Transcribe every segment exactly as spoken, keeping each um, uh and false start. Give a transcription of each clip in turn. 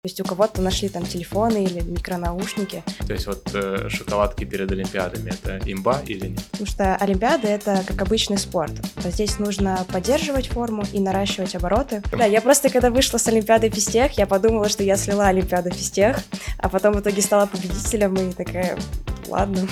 То есть у кого-то нашли там телефоны или микронаушники. То есть вот э, шоколадки перед Олимпиадами — это имба или нет? Потому что Олимпиада — это как обычный спорт. Здесь нужно поддерживать форму и наращивать обороты. Да, я просто когда вышла с Олимпиады физтех, я подумала, что я слила Олимпиаду физтех, а потом в итоге стала победителем и такая, ладно.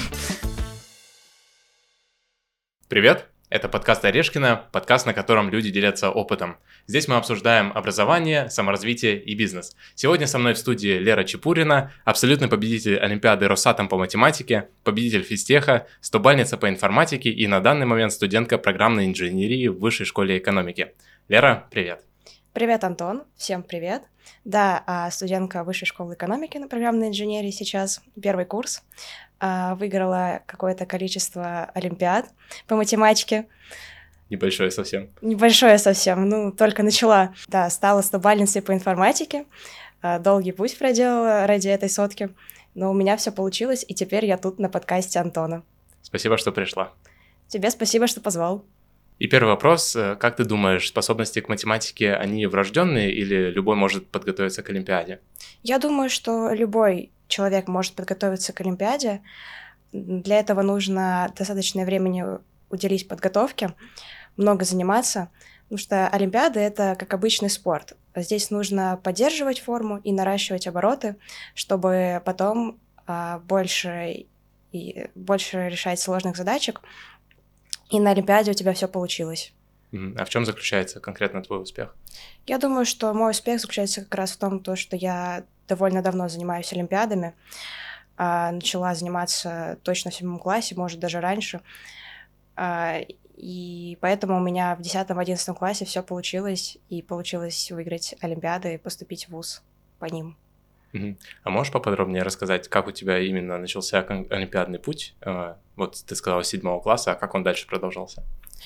Привет! Это подкаст Орешкина, подкаст, на котором люди делятся опытом. Здесь мы обсуждаем образование, саморазвитие и бизнес. Сегодня со мной в студии Лера Чепурина, абсолютный победитель Олимпиады Росатом по математике, победитель физтеха, стобальница по информатике и на данный момент студентка программной инженерии в Высшей школе экономики. Лера, привет! Привет, Антон. Всем привет. Да, студентка Высшей школы экономики на программной инженерии сейчас, первый курс. Выиграла какое-то количество олимпиад по математике. Небольшое совсем. Небольшое совсем, ну, только начала. Да, стала стобальницей по информатике. Долгий путь проделала ради этой сотки. Но у меня все получилось, и теперь я тут на подкасте Антона. Спасибо, что пришла. Тебе спасибо, что позвал. И первый вопрос. Как ты думаешь, способности к математике, они врожденные или любой может подготовиться к Олимпиаде? Я думаю, что любой человек может подготовиться к Олимпиаде. Для этого нужно достаточное времени уделить подготовке, много заниматься, потому что Олимпиада — это как обычный спорт. Здесь нужно поддерживать форму и наращивать обороты, чтобы потом а, больше, и, больше решать сложных задачек, и на Олимпиаде у тебя все получилось. А в чем заключается конкретно твой успех? Я думаю, что мой успех заключается как раз в том, то, что я довольно давно занимаюсь олимпиадами. А, начала заниматься точно в седьмом классе, может, даже раньше. А, и поэтому у меня в десятом-одиннадцатом классе все получилось, и получилось выиграть олимпиады и поступить в вуз по ним. Uh-huh. А можешь поподробнее рассказать, как у тебя именно начался олимпиадный путь? Вот ты сказала, с седьмого класса, а как он дальше продолжался?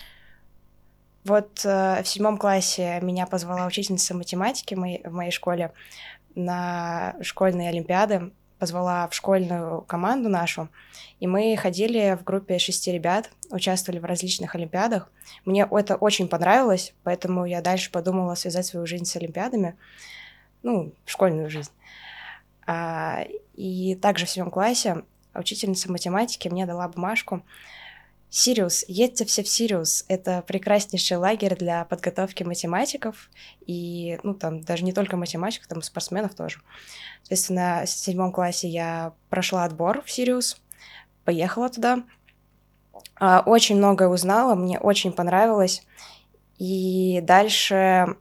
Вот э, в седьмом классе меня позвала учительница математики моей, в моей школе на школьные олимпиады, позвала в школьную команду нашу, и мы ходили в группе шести ребят, участвовали в различных олимпиадах. Мне это очень понравилось, поэтому я дальше подумала связать свою жизнь с олимпиадами, ну, школьную жизнь. А, и также в седьмом классе учительница математики мне дала бумажку: Сириус, едьте все в Сириус. Это прекраснейший лагерь для подготовки математиков. И, ну, там, даже не только математиков, там и спортсменов тоже. Соответственно, в седьмом классе я прошла отбор в Сириус, поехала туда. Очень многое узнала, мне очень понравилось. И дальше,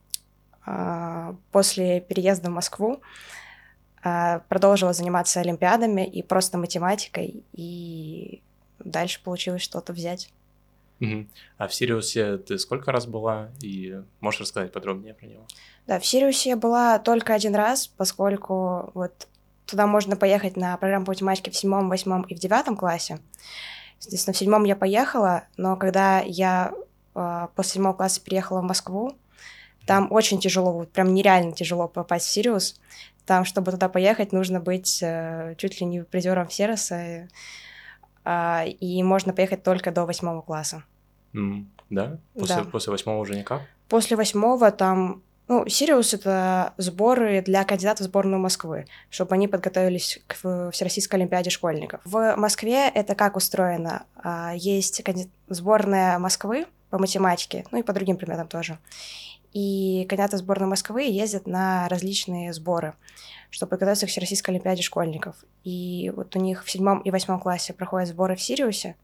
после переезда в Москву, продолжила заниматься олимпиадами и просто математикой, и дальше получилось что-то взять. Uh-huh. А в Сириусе ты сколько раз была? И можешь рассказать подробнее про него? Да, в Сириусе я была только один раз, поскольку вот туда можно поехать на программу по математике в седьмом, восьмом и в девятом классе. Соответственно, в седьмом я поехала, но когда я э, после седьмого класса переехала в Москву, там очень тяжело, вот прям нереально тяжело попасть в Сириус. Там, чтобы туда поехать, нужно быть э, чуть ли не призером Сириуса, Uh, и можно поехать только до восьмого класса. Mm, да? После, да? После восьмого уже никак? После восьмого там... Ну, Сириус — это сборы для кандидатов в сборную Москвы, чтобы они подготовились к Всероссийской олимпиаде школьников. В Москве это как устроено? Uh, есть канди... сборная Москвы по математике, ну и по другим предметам тоже. И кандидаты в сборную Москвы ездят на различные сборы, чтобы подготовиться к Всероссийской олимпиаде школьников. И вот у них в седьмом и восьмом классе проходят сборы в Сириусе,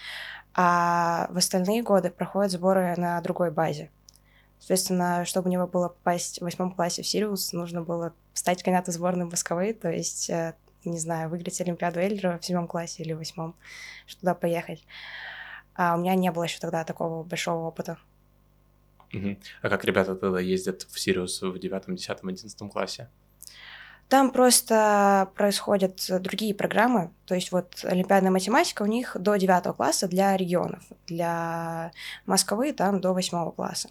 а в остальные годы проходят сборы на другой базе. Соответственно, чтобы у него было попасть в восьмом классе в Сириус, нужно было стать кандидатом в сборную Москвы, то есть, не знаю, выиграть Олимпиаду Эйлера в седьмом классе или в восьмом, чтобы туда поехать. А у меня не было еще тогда такого большого опыта. Uh-huh. А как ребята тогда ездят в Сириус в девятом, десятом, одиннадцатом классе? Там просто происходят другие программы, то есть вот олимпиадная математика у них до девятого класса для регионов, для Москвы там до восьмого класса.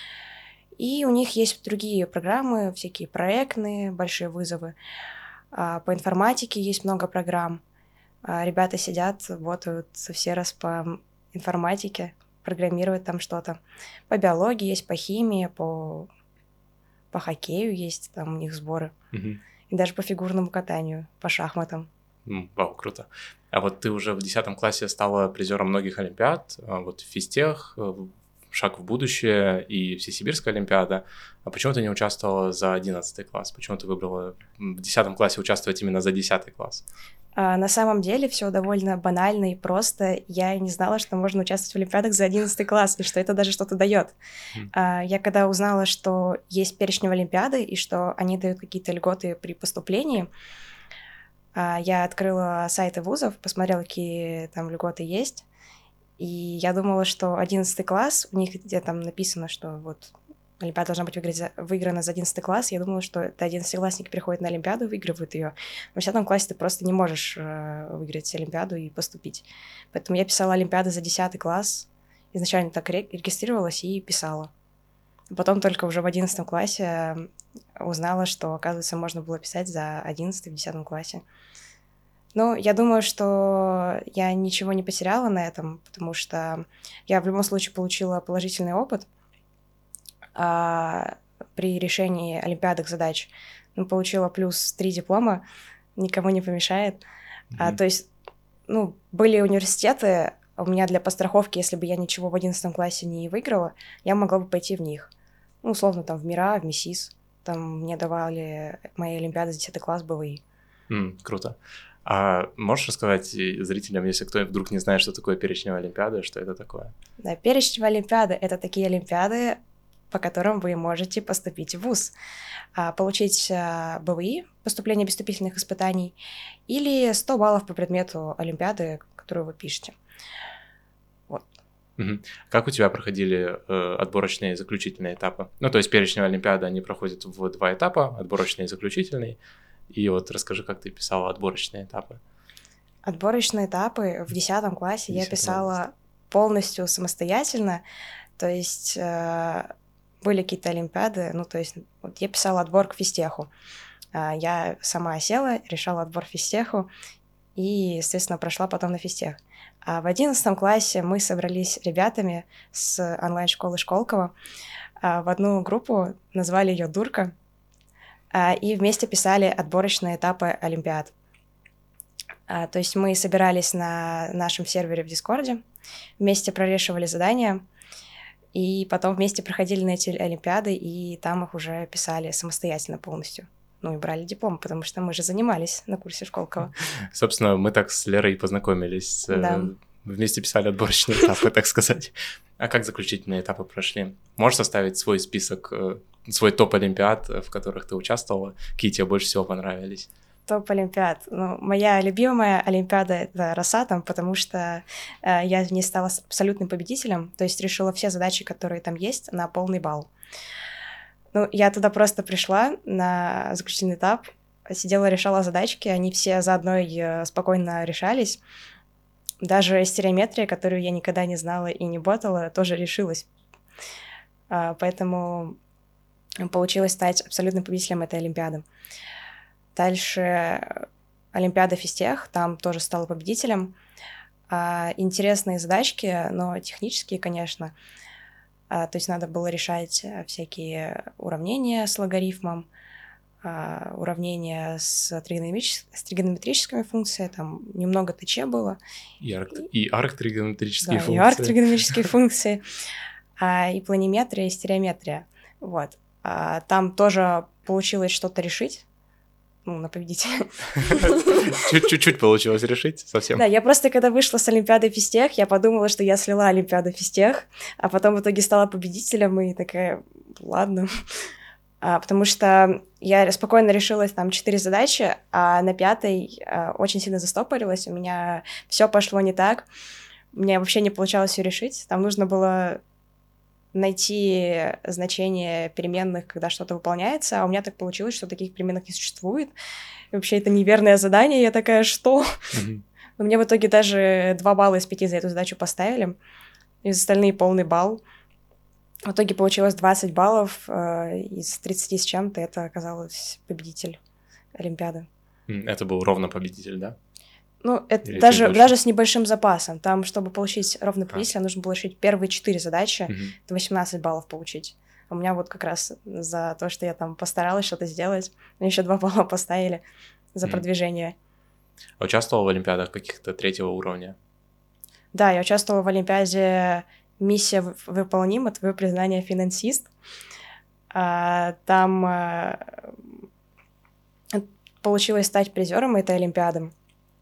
И у них есть другие программы, всякие проектные, большие вызовы. По информатике есть много программ. Ребята сидят, работают все раз по информатике, программировать там что-то. По биологии есть, по химии, по по хоккею есть там у них сборы. Угу. И даже по фигурному катанию, по шахматам. Вау, круто. А вот ты уже в десятом классе стала призером многих олимпиад, вот физтех, шаг в будущее и Всесибирская олимпиада. А почему ты не участвовала за одиннадцатый класс? Почему ты выбрала в десятом классе участвовать именно за десятый класс? А, на самом деле все довольно банально и просто. Я не знала, что можно участвовать в олимпиадах за одиннадцатый класс, и что это даже что-то дает. Mm. А, я когда узнала, что есть перечень олимпиады, и что они дают какие-то льготы при поступлении, а, я открыла сайты вузов, посмотрела, какие там льготы есть, и я думала, что одиннадцатый класс, у них где там написано, что вот олимпиада должна быть выиграна за одиннадцатый класс. Я думала, что это одиннадцатиклассники приходят на олимпиаду и выигрывают ее. В десятом классе ты просто не можешь выиграть олимпиаду и поступить. Поэтому я писала олимпиады за десятый класс. Изначально так регистрировалась и писала. Потом только уже в одиннадцатом классе узнала, что, оказывается, можно было писать за одиннадцатый в десятом классе. Ну, я думаю, что я ничего не потеряла на этом, потому что я в любом случае получила положительный опыт. А при решении олимпиадных задач ну, получила плюс три диплома, никому не помешает. Mm-hmm. А, то есть, ну, были университеты, у меня для подстраховки, если бы я ничего в одиннадцатом классе не выиграла, я могла бы пойти в них. Ну, условно, там, в МИРА, в МИСИС. Там мне давали мои олимпиады за десятый класс БВИ. Mm, круто. А можешь рассказать зрителям, если кто вдруг не знает, что такое перечневая олимпиада, что это такое? Да, перечневая олимпиада — это такие олимпиады, по которым вы можете поступить в вуз, получить БВИ, поступление без вступительных испытаний, или сто баллов по предмету олимпиады, которую вы пишете. Вот. Угу. Как у тебя проходили э, отборочные и заключительные этапы? Ну, то есть перечневая олимпиада, они проходят в два этапа, отборочный и заключительный. И вот расскажи, как ты писала отборочные этапы. Отборочные этапы в десятом классе я писала полностью самостоятельно, то есть э, были какие-то олимпиады, ну, то есть вот я писала отбор к физтеху. Э, я сама села, решала отбор к физтеху и, естественно, прошла потом на физтех. А в одиннадцатом классе мы собрались ребятами с онлайн-школы Школково э, в одну группу, назвали ее «Дурка», и вместе писали отборочные этапы олимпиад. То есть мы собирались на нашем сервере в Дискорде, вместе прорешивали задания, и потом вместе проходили на эти олимпиады, и там их уже писали самостоятельно полностью. Ну и брали диплом, потому что мы же занимались на курсе Школково. Собственно, мы так с Лерой познакомились. Да. Вместе писали отборочные этапы, так сказать. А как заключительные этапы прошли? Можешь составить свой список, свой топ олимпиад, в которых ты участвовала? Какие тебе больше всего понравились? Топ олимпиад. Ну, моя любимая олимпиада — это Росатом, потому что э, я в ней стала абсолютным победителем, то есть решила все задачи, которые там есть, на полный балл. Ну, я туда просто пришла на заключительный этап, сидела, решала задачки, они все за одной спокойно решались. Даже стереометрия, которую я никогда не знала и не ботала, тоже решилась. А, поэтому получилось стать абсолютным победителем этой олимпиады. Дальше олимпиада физтех, там тоже стала победителем. А, интересные задачки, но технические, конечно. А, то есть надо было решать всякие уравнения с логарифмом, а, уравнения с, тригонометрич... с тригонометрическими функциями, там немного ТЧ было. И арк, и арк тригонометрические да, функции. и арк тригонометрические функции, а, и планиметрия, и стереометрия. Вот. А, там тоже получилось что-то решить. Ну, на победителя. Чуть-чуть получилось решить совсем. Да, я просто, когда вышла с Олимпиады физтех, я подумала, что я слила Олимпиаду физтех, а потом в итоге стала победителем, и такая, ладно. А, потому что я спокойно решилась там четыре задачи, а на пятой а, очень сильно застопорилась, у меня все пошло не так, у меня вообще не получалось все решить, там нужно было найти значение переменных, когда что-то выполняется, а у меня так получилось, что таких переменных не существует. И вообще это неверное задание, я такая, что? Mm-hmm. Но мне в итоге даже два балла из пяти за эту задачу поставили, и остальные полный балл. В итоге получилось двадцать баллов э, из тридцати с чем-то, это оказалось победитель Олимпиады. Это был ровно победитель, да? Ну, это даже, даже с небольшим запасом. Там, чтобы получить ровно победителя, а. нужно было решить первые четыре задачи, угу. это восемнадцать баллов получить. У меня вот как раз за то, что я там постаралась что-то сделать, мне еще два балла поставили за Мгм. продвижение. А участвовал в олимпиадах каких-то третьего уровня? Да, я участвовала в олимпиаде «Миссия в- выполнима. Твое признание финансист». А, Там а, получилось стать призером этой олимпиады.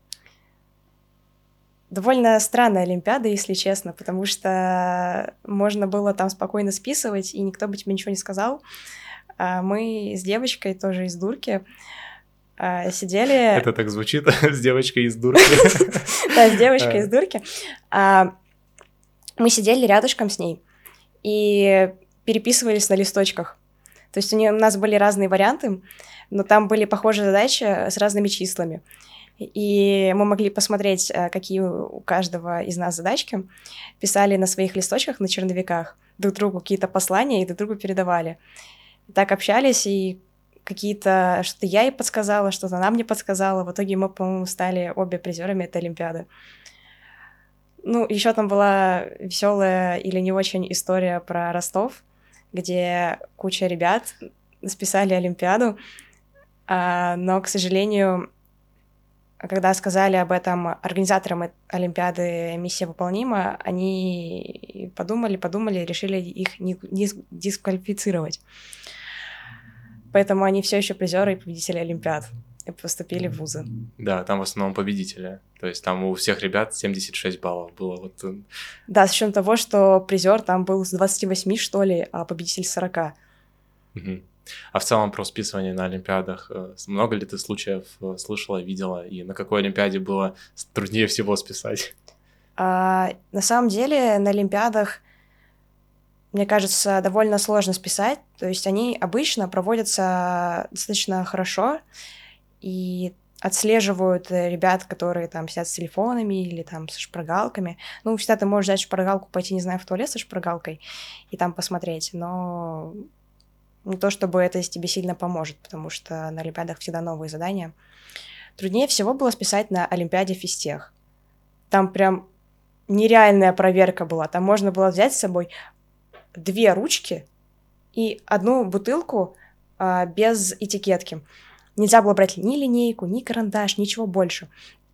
Довольно странная олимпиада, если честно, потому что можно было там спокойно списывать, и никто бы тебе ничего не сказал. А мы с девочкой, тоже из дурки, а, сидели... Это так звучит, с девочкой из дурки. Да, с девочкой из дурки. А, Мы сидели рядышком с ней и переписывались на листочках. То есть у нее- у нас были разные варианты, но там были похожие задачи с разными числами. И мы могли посмотреть, э, какие у каждого из нас задачки. Писали на своих листочках, на черновиках друг другу какие-то послания и друг другу передавали. И так общались, и какие-то... Что-то я ей подсказала, что-то она мне подсказала. В итоге мы, по-моему, стали обе призерами этой олимпиады. Ну, еще там была веселая или не очень история про Ростов, где куча ребят списали олимпиаду, а, но, к сожалению, когда сказали об этом организаторам э- Олимпиады «Миссия выполнима», они подумали, подумали и решили их не дис- дисквалифицировать. Поэтому они все еще призеры и победители Олимпиад и поступили в вузы. Да, там в основном победители. То есть там у всех ребят семьдесят шесть баллов было. Вот. э, Да, с учетом того, что призер там был с двадцати восьми, что ли, а победитель с сорока. Мгм. А в целом про списывание на олимпиадах, э, с- много ли ты случаев э, слышала, видела, и на какой олимпиаде было с- труднее всего списать? А, на самом деле на Олимпиадах, мне кажется, довольно сложно списать. То есть они обычно проводятся достаточно хорошо и отслеживают э, ребят, которые там сидят с телефонами или там со шпаргалками. Ну, всегда ты можешь взять шпаргалку, пойти, не знаю, в туалет со шпаргалкой и там посмотреть, но не то чтобы это тебе сильно поможет, потому что на Олимпиадах всегда новые задания. Труднее всего было списать на Олимпиаде физтех. Там прям нереальная проверка была. Там можно было взять с собой две ручки и одну бутылку а, без этикетки. Нельзя было брать ни линейку, ни карандаш, ничего больше.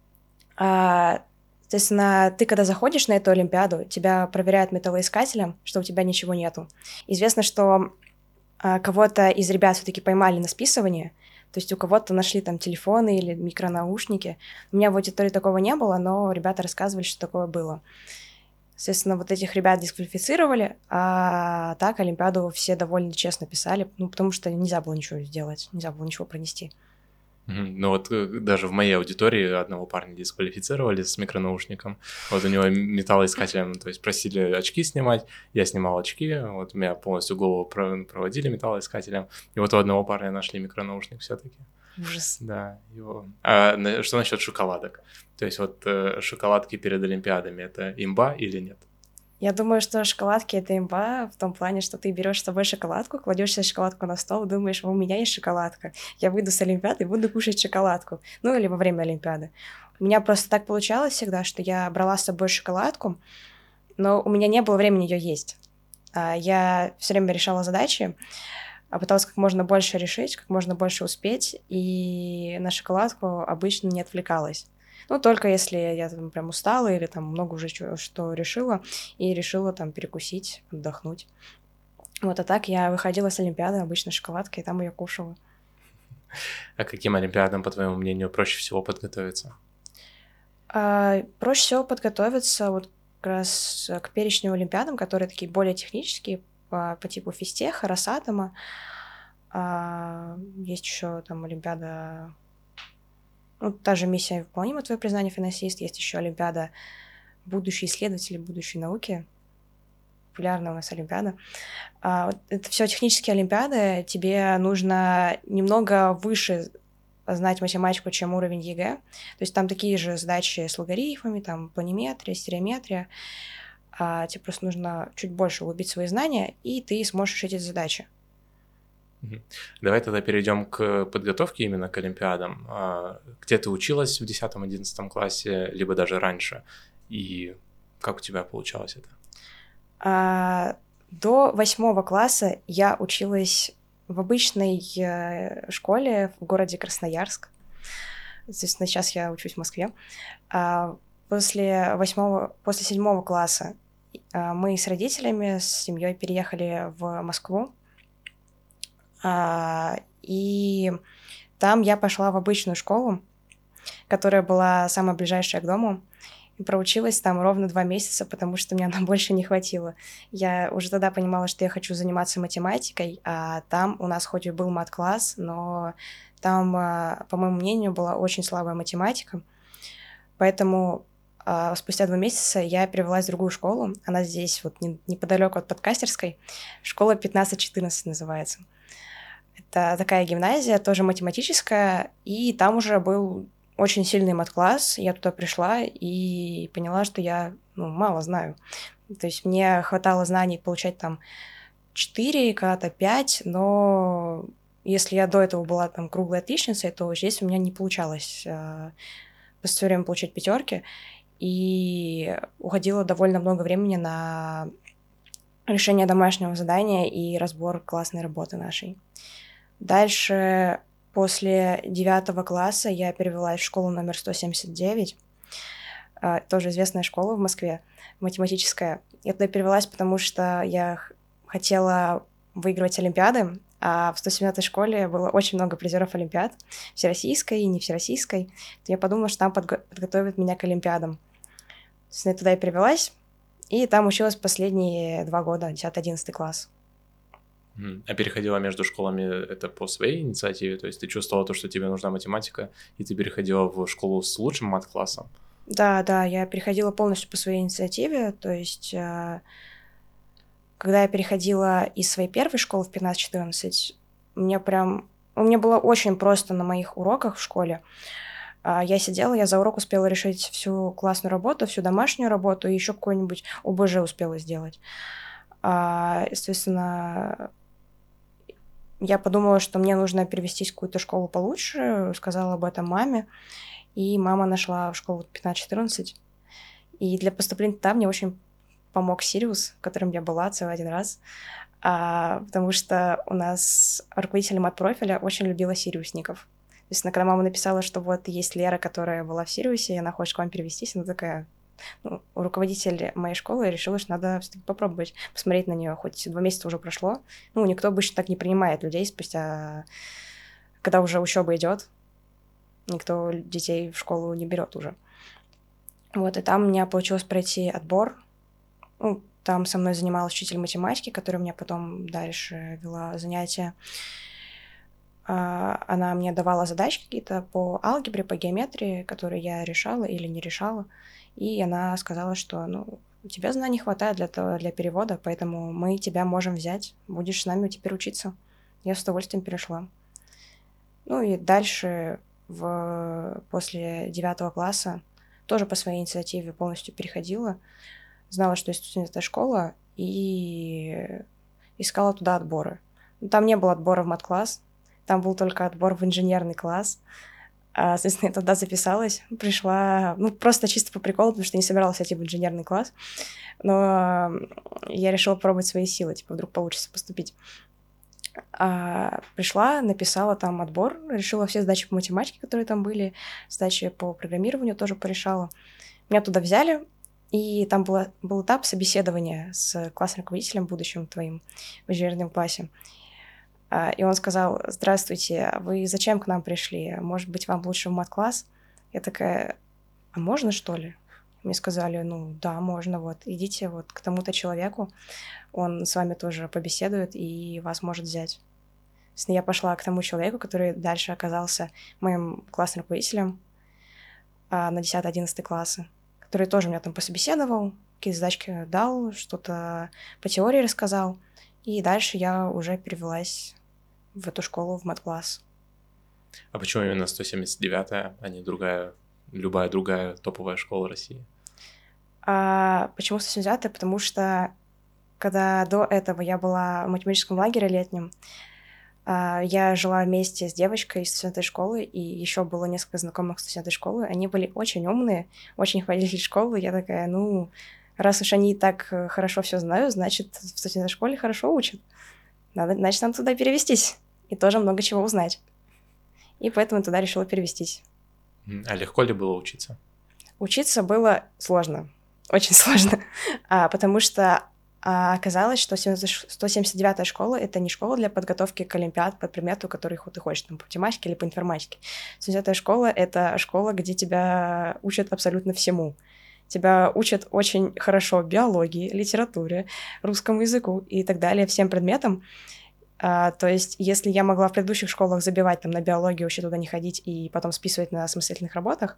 А, соответственно, ты когда заходишь на эту Олимпиаду, тебя проверяют металлоискателем, что у тебя ничего нету. Известно, что а, кого-то из ребят все-таки поймали на списывание, то есть у кого-то нашли там телефоны или микронаушники. У меня в аудитории такого не было, но ребята рассказывали, что такое было. Соответственно, вот этих ребят дисквалифицировали, а так Олимпиаду все довольно честно писали, ну, потому что нельзя было ничего сделать, нельзя было ничего пронести. Мгм. Ну вот э, даже в моей аудитории одного парня дисквалифицировали с микронаушником. Вот у него металлоискателем, то есть просили очки снимать, я снимал очки, вот меня полностью голову про- проводили металлоискателем, и вот у одного парня нашли микронаушник все-таки. Ужас. Да, его. А на- что насчет шоколадок? То есть вот э, шоколадки перед Олимпиадами это имба или нет? Я думаю, что шоколадки — это имба в том плане, что ты берешь с собой шоколадку, кладешь себе шоколадку на стол, думаешь, у меня есть шоколадка, я выйду с Олимпиады и буду кушать шоколадку. Ну, или во время Олимпиады. У меня просто так получалось всегда, что я брала с собой шоколадку, но у меня не было времени ее есть. А, Я все время решала задачи, а пыталась как можно больше решить, как можно больше успеть, и на шоколадку обычно не отвлекалась. Ну, только если я там прям устала или там много уже чё- что решила, и решила там перекусить, отдохнуть. Вот, а так я выходила с Олимпиады обычно с шоколадкой, и там ее кушала. А к каким Олимпиадам, по твоему мнению, проще всего подготовиться? А, проще всего подготовиться вот как раз к перечню Олимпиадам, которые такие более технические, по, по типу физтеха, Росатома. А, есть еще там Олимпиада, ну, та же «Миссия выполнима. Твое признание финансист». Есть еще Олимпиада «Будущие исследователи будущей науки». Популярная у нас Олимпиада. А, вот это все технические Олимпиады. Тебе нужно немного выше знать математику, чем уровень ЕГЭ. То есть там такие же задачи с логарифмами, там планиметрия, стереометрия. А тебе просто нужно чуть больше углубить свои знания, и ты сможешь решить эти задачи. Мгм. Давай тогда перейдем к подготовке именно к Олимпиадам. А, Где ты училась в десятом-одиннадцатом классе, либо даже раньше? И как у тебя получалось это? А, До восьмого класса я училась в обычной э, школе в городе Красноярск. Естественно, сейчас я учусь в Москве. А после восьмого, после седьмого класса а, мы с родителями, с семьей переехали в Москву. А, и там я пошла в обычную школу, которая была самая ближайшая к дому. И проучилась там ровно два месяца, потому что мне на больше не хватило. Я уже тогда понимала, что я хочу заниматься математикой, а там у нас хоть и был мат-класс, но там, а, по моему мнению, была очень слабая математика. Поэтому а, спустя два месяца я перевелась в другую школу. Она здесь, вот не- неподалеку от подкастерской. Школа пятнадцать четырнадцать называется. Это такая гимназия, тоже математическая, и там уже был очень сильный мат-класс. Я туда пришла и поняла, что я, ну, мало знаю. То есть мне хватало знаний получать там четыре, когда-то пять, но если я до этого была там круглой отличницей, то здесь у меня не получалось э, все время получать пятерки, и уходило довольно много времени на решение домашнего задания и разбор классной работы нашей. Дальше, после девятого класса, я перевелась в школу номер сто семьдесят девять, а, тоже известная школа в Москве, математическая. Я туда перевелась, потому что я х- хотела выигрывать олимпиады, а в сто семнадцатой школе было очень много призеров олимпиад, всероссийской и не всероссийской. То я подумала, что там подго- подготовят меня к олимпиадам. Собственно, я туда и перевелась, и там училась последние два года, десятый-одиннадцатый класс. Мгм. А переходила между школами это по своей инициативе? То есть ты чувствовала то, что тебе нужна математика, и ты переходила в школу с лучшим мат-классом? Да, да, я переходила полностью по своей инициативе, то есть э, когда я переходила из своей первой школы в пятнадцать-четырнадцать, мне прям... У меня было очень просто на моих уроках в школе. А, Я сидела, я за урок успела решить всю классную работу, всю домашнюю работу и еще какой-нибудь ОБЖ успела сделать. А, Естественно, я подумала, что мне нужно перевестись в какую-то школу получше, сказала об этом маме, и мама нашла в школу пятнадцать-четырнадцать. И для поступления там мне очень помог Сириус, которым я была целый один раз, а, потому что у нас руководитель мат-профиля очень любила сириусников. То есть, когда мама написала, что вот есть Лера, которая была в Сириусе, и она хочет к вам перевестись, она такая... Ну, руководитель моей школы решила, что надо попробовать посмотреть на нее, хоть два месяца уже прошло. Ну, никто обычно так не принимает людей спустя, когда уже учеба идет, никто детей в школу не берет уже. Вот, и там у меня получилось пройти отбор. Ну, там со мной занималась учитель математики, которая мне потом дальше вела занятия. А, Она мне давала задачки какие-то по алгебре, по геометрии, которые я решала или не решала. И она сказала, что, ну, у тебя знаний хватает для, того, для перевода, поэтому мы тебя можем взять. Будешь с нами теперь учиться. Я с удовольствием перешла. Ну и дальше, в... после девятого класса, тоже по своей инициативе полностью переходила. Знала, что есть эта школа, и искала туда отборы. Но там не было отбора в мат-класс, там был только отбор в инженерный класс. А, соответственно, я туда записалась, пришла, ну, просто чисто по приколу, потому что не собиралась идти в инженерный класс, но я решила пробовать свои силы, типа, вдруг получится поступить. А, пришла, написала там отбор, решила все задачи по математике, которые там были, задачи по программированию тоже порешала. Меня туда взяли, и там было, был этап собеседования с классным руководителем, будущим твоим в инженерном классе. А, И он сказал: «Здравствуйте, а вы зачем к нам пришли? Может быть, вам лучше в мат-класс?» Я такая: «А можно, что ли?» Мне сказали: «Ну да, можно, вот, идите вот к тому-то человеку, он с вами тоже побеседует и вас может взять». Собственно, я пошла к тому человеку, который дальше оказался моим классным руководителем а, на десятый-одиннадцатый классы, который тоже меня там пособеседовал, какие-то задачки дал, что-то по теории рассказал. И дальше я уже перевелась в эту школу, в мат-класс. А почему именно сто семьдесят девятая, а не другая, любая другая топовая школа России? А почему сто семьдесят? Потому что когда до этого я была в математическом лагере летнем, а, я жила вместе с девочкой из сто семидесятой школы, и еще было несколько знакомых с сто семидесятой школы. Они были очень умные, очень хвалили школу. Я такая, ну, Раз уж они так э, хорошо все знают, значит, в студенческой школе хорошо учат. Надо, значит, нам туда перевестись и тоже много чего узнать. И поэтому туда решила перевестись. А легко ли было учиться? Учиться было сложно, очень сложно, а, потому что а, оказалось, что сто семьдесят девятая школа — это не школа для подготовки к олимпиад по предмету, который ты хочешь, там, по математике или по информатике. сто семьдесят девятая школа — это школа, где тебя учат абсолютно всему. Тебя учат очень хорошо биологии, литературе, русскому языку и так далее, всем предметам. А, то есть, если я могла в предыдущих школах забивать там на биологию, вообще туда не ходить и потом списывать на самостоятельных работах,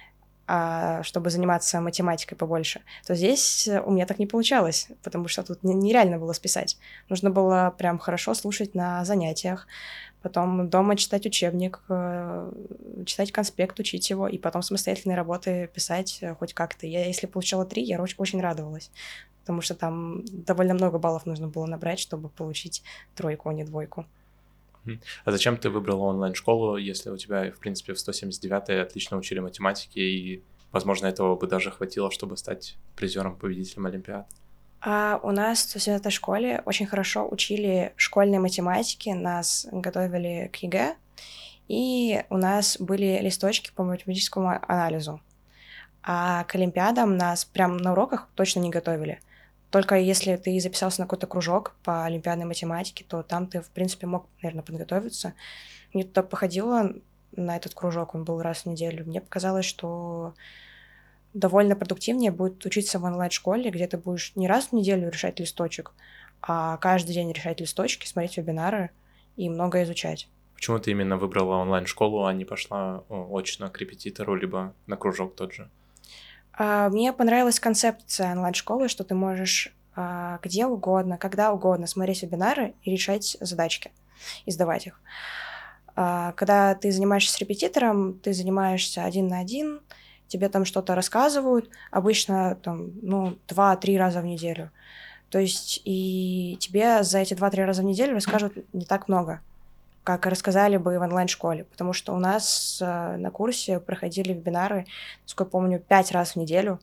а, чтобы заниматься математикой побольше, то здесь у меня так не получалось, потому что тут нереально было списать. Нужно было прям хорошо слушать на занятиях, потом дома читать учебник, читать конспект, учить его, и потом самостоятельные работы писать хоть как-то. Я, если получала три, я очень радовалась, потому что там довольно много баллов нужно было набрать, чтобы получить тройку, а не двойку. А зачем ты выбрала онлайн-школу, если у тебя, в принципе, в сто семьдесят девятой отлично учили математики, и, возможно, этого бы даже хватило, чтобы стать призером, победителем Олимпиад? А у нас в сто семьдесят девятой школе очень хорошо учили школьной математики, нас готовили к ЕГЭ, и у нас были листочки по математическому анализу. А к олимпиадам нас прям на уроках точно не готовили. Только если ты записался на какой-то кружок по олимпиадной математике, то там ты, в принципе, мог, наверное, подготовиться. Я туда походила на этот кружок, он был раз в неделю. Мне показалось, что довольно продуктивнее будет учиться в онлайн-школе, где ты будешь не раз в неделю решать листочек, а каждый день решать листочки, смотреть вебинары и много изучать. Почему ты именно выбрала онлайн-школу, а не пошла очно к репетитору, либо на кружок тот же? Мне понравилась концепция онлайн-школы, что ты можешь где угодно, когда угодно смотреть вебинары и решать задачки, и сдавать их. Когда ты занимаешься с репетитором, ты занимаешься один на один, тебе там что-то рассказывают, обычно там, ну, два-три раза в неделю. То есть и тебе за эти два-три раза в неделю расскажут не так много, как рассказали бы в онлайн-школе, потому что у нас э, на курсе проходили вебинары, насколько помню, пять раз в неделю,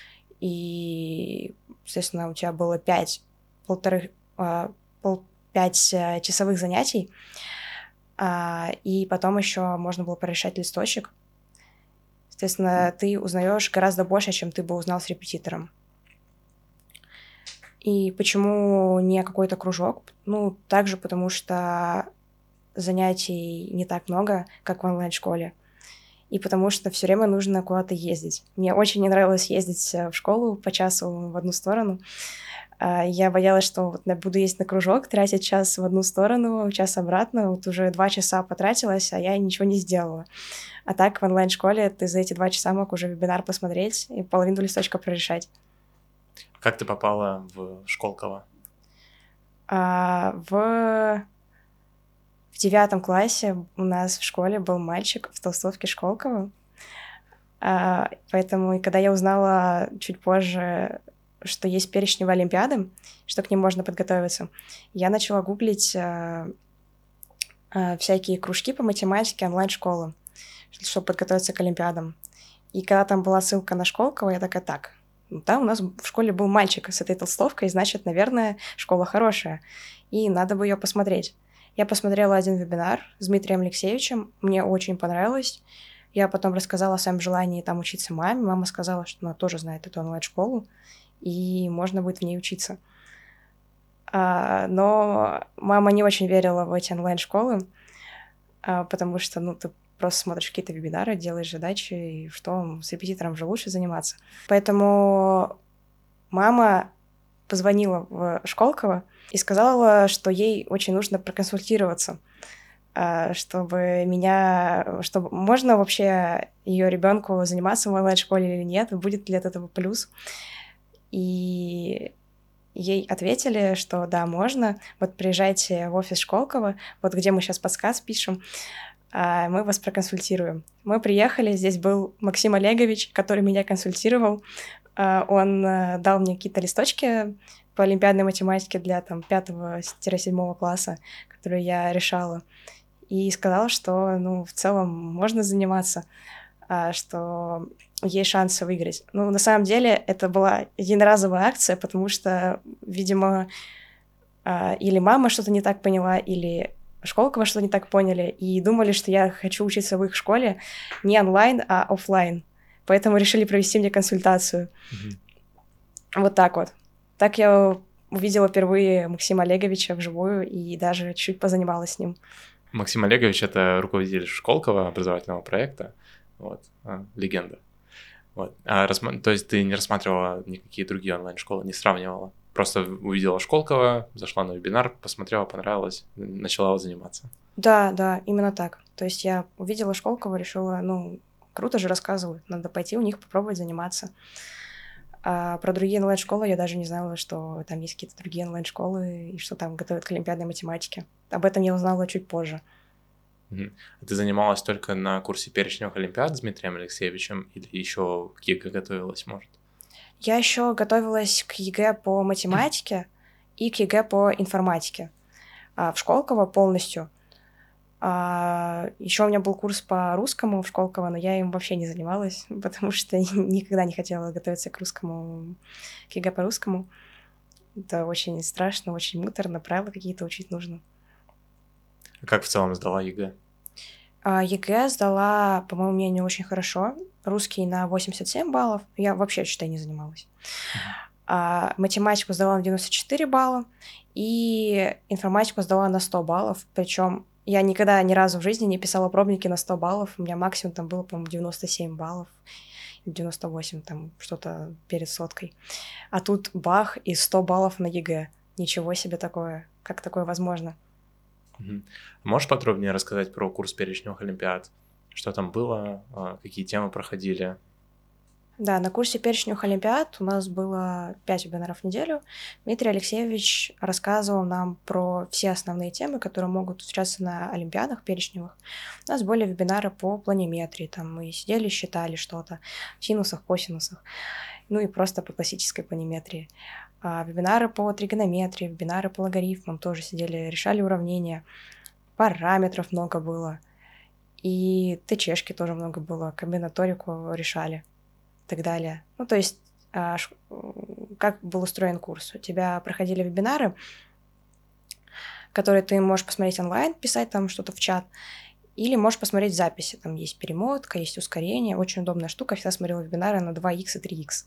и, естественно, у тебя было пять, полторы, э, пол, пять э, часовых занятий, э, и потом еще можно было порешать листочек. Естественно, ты узнаешь гораздо больше, чем ты бы узнал с репетитором. И почему не какой-то кружок? Ну, также потому что занятий не так много, как в онлайн-школе. И потому что все время нужно куда-то ездить. Мне очень не нравилось ездить в школу по часу в одну сторону. Я боялась, что вот буду ездить на кружок, тратить час в одну сторону, час обратно. Вот уже два часа потратилась, а я ничего не сделала. А так в онлайн-школе ты за эти два часа мог уже вебинар посмотреть и половину листочка прорешать. Как ты попала в Школково? А, в... В девятом классе у нас в школе был мальчик в толстовке Школково. А, поэтому, и когда я узнала чуть позже, что есть перечневые олимпиады, что к ним можно подготовиться, я начала гуглить а, а, всякие кружки по математике, онлайн-школы, чтобы подготовиться к олимпиадам. И когда там была ссылка на Школково, я такая, так, ну, там у нас в школе был мальчик с этой толстовкой, значит, наверное, школа хорошая, и надо бы ее посмотреть. Я посмотрела один вебинар с Дмитрием Алексеевичем, мне очень понравилось. Я потом рассказала о своем желании там учиться маме. Мама сказала, что она тоже знает эту онлайн-школу, и можно будет в ней учиться. А, но мама не очень верила в эти онлайн-школы, а, потому что, ну, ты просто смотришь какие-то вебинары, делаешь задачи, и что, с репетитором же лучше заниматься. Поэтому мама позвонила в Школково и сказала, что ей очень нужно проконсультироваться, чтобы меня, чтобы можно вообще ее ребенку заниматься в онлайн-школе или нет, будет ли от этого плюс. И ей ответили, что да, можно, вот приезжайте в офис Школково, вот где мы сейчас подсказ пишем, мы вас проконсультируем. Мы приехали, здесь был Максим Олегович, который меня консультировал. Он дал мне какие-то листочки по олимпиадной математике для там пятого-седьмого класса, которые я решала, и сказал, что, ну, в целом можно заниматься. а, что есть шансы выиграть. Ну, на самом деле, это была единоразовая акция, потому что, видимо, а, или мама что-то не так поняла, или Школково что-то не так поняли, и думали, что я хочу учиться в их школе не онлайн, а офлайн. Поэтому решили провести мне консультацию. Mm-hmm. Вот так вот. Так я увидела впервые Максима Олеговича вживую и даже чуть позанималась с ним. Максим Олегович — это руководитель Школково образовательного проекта. Вот, а, легенда. Вот. А, рассма... То есть ты не рассматривала никакие другие онлайн-школы, не сравнивала? Просто увидела Школково, зашла на вебинар, посмотрела, понравилось, начала заниматься. Да, да, именно так. То есть я увидела Школково, решила, ну, круто же рассказывают, надо пойти у них попробовать заниматься. А про другие онлайн-школы я даже не знала, что там есть какие-то другие онлайн-школы и что там готовят к олимпиадной математике. Об этом я узнала чуть позже. Угу. Ты занималась только на курсе перечневых олимпиад с Дмитрием Алексеевичем или еще к ЕГЭ готовилась, может? Я еще готовилась к ЕГЭ по математике и к ЕГЭ по информатике. А в Школково полностью. А еще у меня был курс по русскому в Школково, но я им вообще не занималась, потому что никогда не хотела готовиться к русскому, к ЕГЭ по русскому. Это очень страшно, очень муторно, правила какие-то учить нужно. А как в целом сдала ЕГЭ? А ЕГЭ сдала, по моему мнению, очень хорошо. Русский на восемьдесят семь баллов. Я вообще, считай, не занималась. А математику сдала на девяносто четыре балла. И информатику сдала на сто баллов. Причем я никогда ни разу в жизни не писала пробники на сто баллов. У меня максимум там было, по-моему, девяносто семь баллов. девяносто восемь, там что-то перед соткой. А тут бах, и сто баллов на ЕГЭ. Ничего себе такое. Как такое возможно? Угу. Можешь подробнее рассказать про курс перечневых олимпиад? Что там было, какие темы проходили? Да, на курсе перечневых олимпиад у нас было пять вебинаров в неделю. Дмитрий Алексеевич рассказывал нам про все основные темы, которые могут встречаться на олимпиадах перечневых. У нас были вебинары по планиметрии, там мы сидели, считали что-то в синусах, косинусах, ну и просто по классической планиметрии. А вебинары по тригонометрии, вебинары по логарифмам тоже сидели, решали уравнения, параметров много было, и ТЧшки тоже много было, комбинаторику решали. И так далее. Ну, то есть, как был устроен курс? У тебя проходили вебинары, которые ты можешь посмотреть онлайн, писать там что-то в чат, или можешь посмотреть записи. Там есть перемотка, есть ускорение. Очень удобная штука. Я всегда смотрела вебинары на два икс и три икс.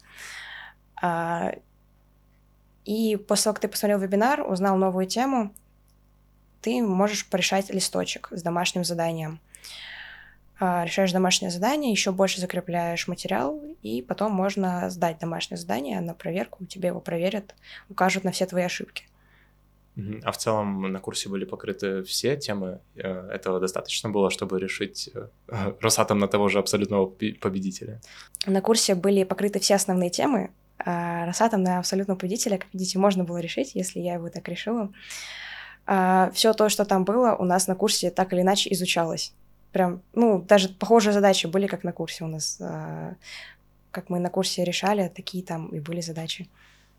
И после того, как ты посмотрел вебинар, узнал новую тему, ты можешь порешать листочек с домашним заданием. Решаешь домашнее задание, еще больше закрепляешь материал, и потом можно сдать домашнее задание на проверку, тебе его проверят, укажут на все твои ошибки. А в целом на курсе были покрыты все темы? Этого достаточно было, чтобы решить Росатом на того же абсолютного победителя? На курсе были покрыты все основные темы, а Росатом на абсолютного победителя, как видите, можно было решить, если я его так решила. Все то, что там было, у нас на курсе так или иначе изучалось. Прям, ну, даже похожие задачи были, как на курсе у нас. Как мы на курсе решали, такие там и были задачи.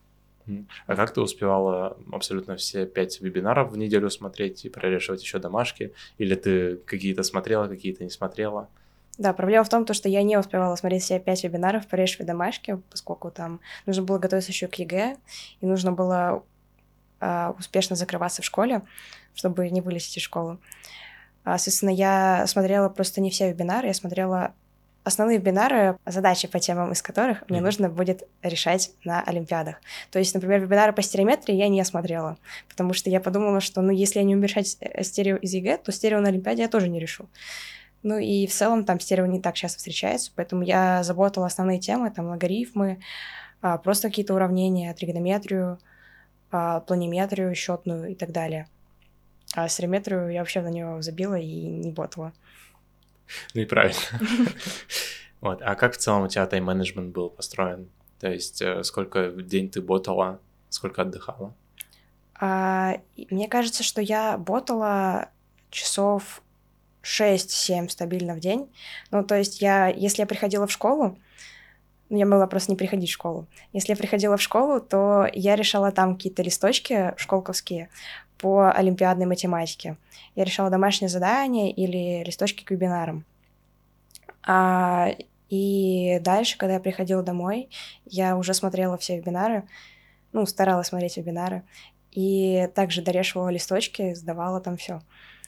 А как ты успевала абсолютно все пять вебинаров в неделю смотреть и прорешивать еще домашки? Или ты какие-то смотрела, какие-то не смотрела? Да, проблема в том, что я не успевала смотреть все пять вебинаров, прорешивать домашки, поскольку там нужно было готовиться еще к ЕГЭ, и нужно было а, успешно закрываться в школе, чтобы не вылезть из школы. А, соответственно, я смотрела просто не все вебинары, я смотрела основные вебинары, задачи по темам из которых mm-hmm. мне нужно будет решать на олимпиадах. То есть, например, вебинары по стереометрии я не смотрела, потому что я подумала, что, ну, если я не умею решать стерео из ЕГЭ, то стерео на олимпиаде я тоже не решу. Ну и в целом там стерео не так часто встречается, поэтому я заботала основные темы, там логарифмы, просто какие-то уравнения, тригонометрию, планиметрию счетную и так далее. А стереометрию я вообще на нее забила и не ботала. Ну и правильно. Вот. А как в целом у тебя тайм-менеджмент был построен? То есть сколько в день ты ботала, сколько отдыхала? А, мне кажется, что я ботала часов шесть-семь стабильно в день. Ну, то есть я, если я приходила в школу, я могла просто не приходить в школу. Если я приходила в школу, то я решала там какие-то листочки школковские по олимпиадной математике. Я решала домашние задания или листочки к вебинарам. А, и дальше, когда я приходила домой, я уже смотрела все вебинары, ну, старалась смотреть вебинары, и также дорешивала листочки, сдавала там все.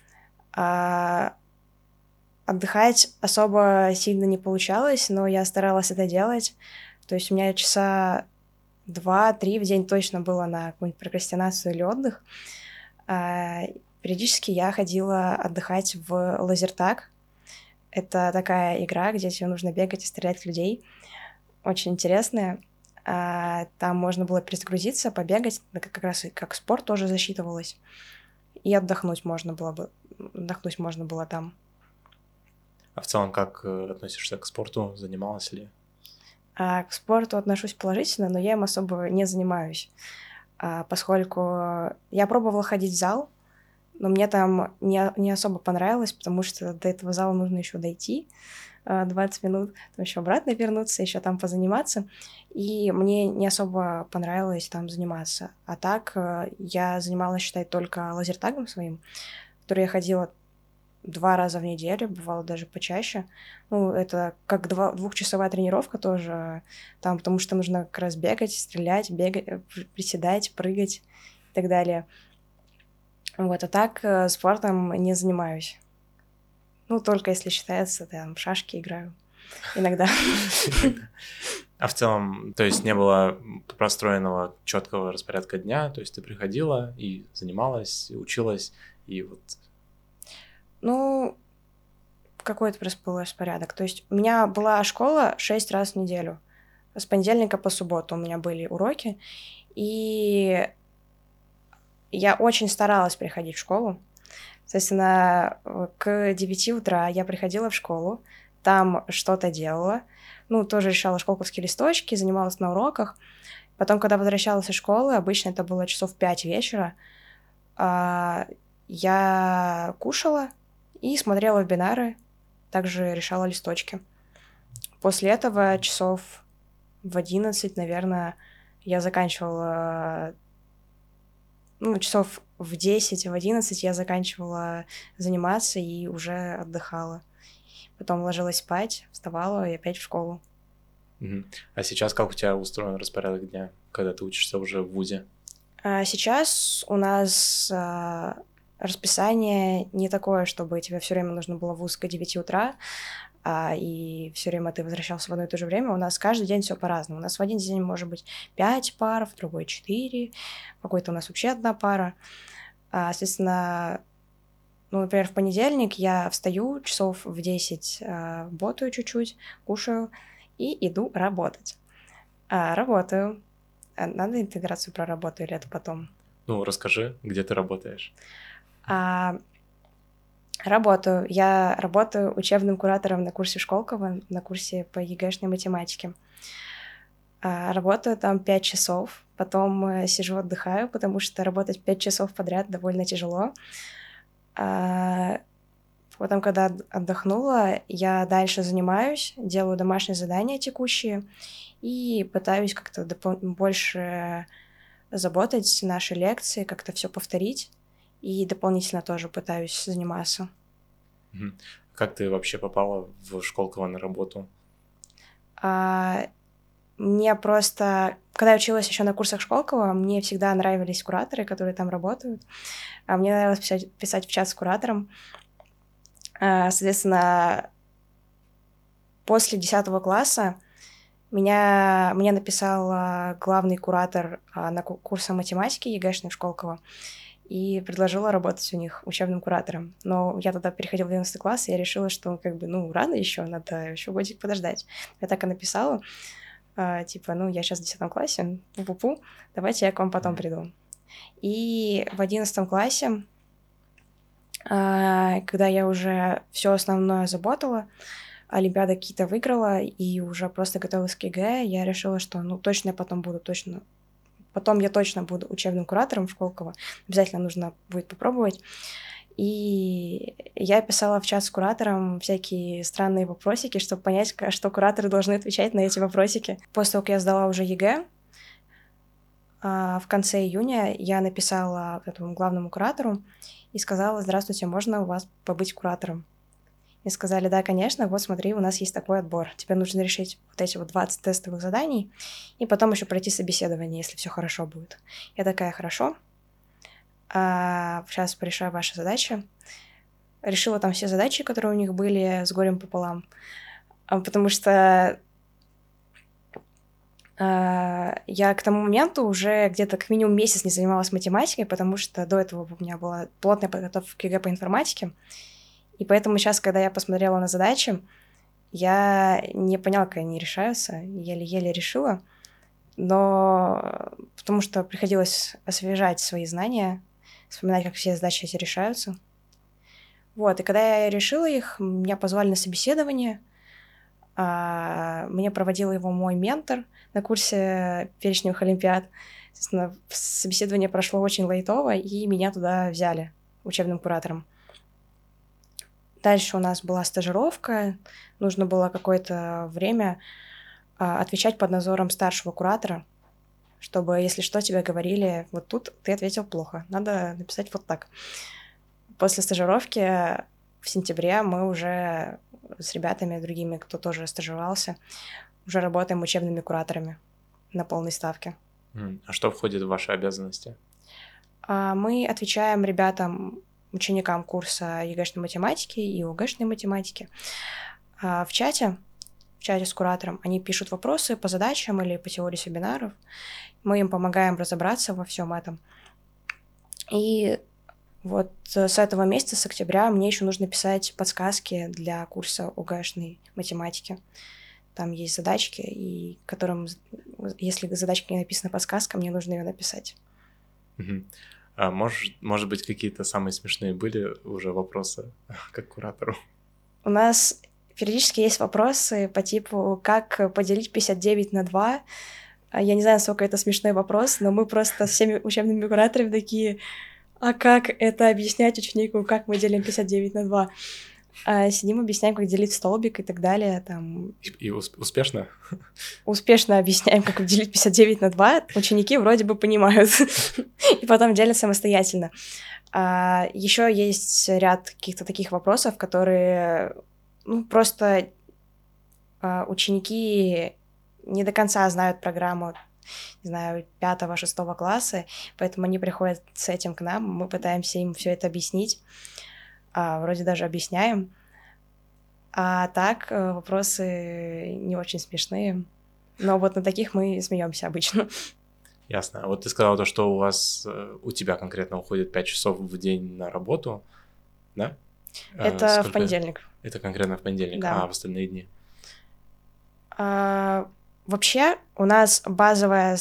А отдыхать особо сильно не получалось, но я старалась это делать. То есть у меня часа два-три в день точно было на какую-нибудь прокрастинацию или отдых. А, периодически я ходила отдыхать в лазертаг. Это такая игра, где тебе нужно бегать и стрелять в людей. Очень интересная. А, там можно было перезагрузиться, побегать. Это как раз и как спорт тоже засчитывалось. И отдохнуть можно было бы. Отдохнуть можно было там. А в целом, как э, относишься к спорту? Занималась ли? А к спорту отношусь положительно, но я им особо не занимаюсь, а, поскольку я пробовала ходить в зал, но мне там не, не особо понравилось, потому что до этого зала нужно еще дойти а, двадцать минут, потом еще обратно вернуться, еще там позаниматься, и мне не особо понравилось там заниматься. А так э, я занималась, считай, только лазертагом своим, который я ходила два раза в неделю, бывало даже почаще. Ну, это как два, двухчасовая тренировка тоже, там, потому что нужно как раз бегать, стрелять, бегать, э, пр- приседать, прыгать и так далее. Вот, а так э, спортом не занимаюсь. Ну, только если считается, там, в шашки играю иногда. Иногда. А в целом, то есть не было простроенного четкого распорядка дня, то есть ты приходила и занималась, и училась, и вот... Ну, какой-то просто был распорядок. То есть у меня была школа шесть раз в неделю. С понедельника по субботу у меня были уроки, и я очень старалась приходить в школу. Соответственно, э, к девяти утра я приходила в школу, там что-то делала, ну, тоже решала школковские листочки, занималась на уроках. Потом, когда возвращалась из школы, обычно это было часов пять вечера, а, я кушала и смотрела вебинары, также решала листочки. После этого часов в одиннадцать, наверное, я заканчивала, ну, часов в десять, в одиннадцать я заканчивала заниматься и уже отдыхала. Потом ложилась спать, вставала и опять в школу. Мгм. А сейчас как у тебя устроен распорядок дня, когда ты учишься уже в вузе? А сейчас у нас а, расписание не такое, чтобы тебе все время нужно было в вуз к девяти утра, а, и все время ты возвращался в одно и то же время. У нас каждый день все по-разному. У нас в один день может быть пять пар, в другой четыре, в какой-то у нас вообще одна пара. А, соответственно, ну, например, в понедельник я встаю часов в десять, а, ботаю чуть-чуть, кушаю и иду работать. А, работаю. А надо интеграцию про работу или это потом? Ну, расскажи, где ты работаешь. А, работаю. Я работаю учебным куратором на курсе Школково, на курсе по ЕГЭшной математике. А, работаю там пять часов, потом э, сижу, отдыхаю, потому что работать пять часов подряд довольно тяжело. А, потом, когда от- отдохнула, я дальше занимаюсь, делаю домашние задания текущие и пытаюсь как-то допол- больше заботать наши лекции, как-то все повторить. И дополнительно тоже пытаюсь заниматься. Мгм. Как ты вообще попала в Школково на работу? А, мне просто, когда я училась еще на курсах Школково, мне всегда нравились кураторы, которые там работают. А мне нравилось писать, писать в чат с куратором. А, соответственно, после десятого класса меня, мне написал а, главный куратор а, на ку- курса математики ЕГЭшной в Школково и предложила работать у них учебным куратором. Но я тогда переходила в одиннадцатый класс, и я решила, что как бы, ну, рано еще, надо еще годик подождать. Я так и написала, а, типа, ну, я сейчас в десятом классе, пу-пу-пу, давайте я к вам потом Мгм. приду. И в одиннадцатом классе, а, когда я уже все основное заботала, олимпиады какие-то выиграла и уже просто готовилась к ЕГЭ, я решила, что, ну, точно я потом буду, точно потом я точно буду учебным куратором в Школково. Обязательно нужно будет попробовать. И я писала в чат с куратором всякие странные вопросики, чтобы понять, ка- что кураторы должны отвечать на эти вопросики. После того, как я сдала уже ЕГЭ, а, в конце июня я написала этому главному куратору и сказала: «Здравствуйте, можно у вас побыть куратором?» Мне сказали, да, конечно, вот смотри, у нас есть такой отбор. Тебе нужно решить вот эти вот двадцать тестовых заданий и потом еще пройти собеседование, если все хорошо будет. Я такая, хорошо, а сейчас порешаю ваши задачи. Решила там все задачи, которые у них были, с горем пополам, а, потому что а, я к тому моменту уже где-то как минимум месяц не занималась математикой, потому что до этого у меня была плотная подготовка к ЕГЭ по информатике. И поэтому сейчас, когда я посмотрела на задачи, я не поняла, как они решаются, еле-еле решила, но потому что приходилось освежать свои знания, вспоминать, как все задачи эти решаются. Вот, и когда я решила их, меня позвали на собеседование, а, мне проводил его мой ментор на курсе перечневых олимпиад. Естественно, собеседование прошло очень лайтово, и меня туда взяли учебным куратором. Дальше у нас была стажировка, нужно было какое-то время а, отвечать под надзором старшего куратора, чтобы, если что, тебе говорили, вот тут ты ответил плохо, надо написать вот так. После стажировки в сентябре мы уже с ребятами другими, кто тоже стажировался, уже работаем учебными кураторами на полной ставке. А что входит в ваши обязанности? А, мы отвечаем ребятам, ученикам курса ЕГЭшной математики и ОГЭшной математики а, в чате, в чате с куратором. Они пишут вопросы по задачам или по теории семинаров. Мы им помогаем разобраться во всем этом. И вот с этого месяца, с октября, мне еще нужно писать подсказки для курса ОГЭшной математики. Там есть задачки, и которым, если задачка не написана подсказка, мне нужно ее написать. Угу. А может, может быть, какие-то самые смешные были уже вопросы как куратору? У нас периодически есть вопросы по типу, как поделить пятьдесят девять на два. Я не знаю, насколько это смешной вопрос, но мы просто с всеми учебными кураторами такие, а как это объяснять ученику, как мы делим пятьдесят девять на два? А сидим, объясняем, как делить столбик и так далее. Там... И, и успешно? Успешно объясняем, как делить пятьдесят девять на два. Ученики вроде бы понимают. И потом делят самостоятельно. А еще есть ряд каких-то таких вопросов, которые ну, просто а, ученики не до конца знают программу, не знаю, пятого-шестого класса, поэтому они приходят с этим к нам, мы пытаемся им все это объяснить. А, вроде даже объясняем. А так вопросы не очень смешные. Но вот на таких мы смеемся обычно. Ясно. А вот ты сказала то, что у вас, у тебя конкретно уходит пять часов в день на работу, да? Это а, в понедельник. Это конкретно в понедельник, да. А в остальные дни? А, вообще у нас базовая,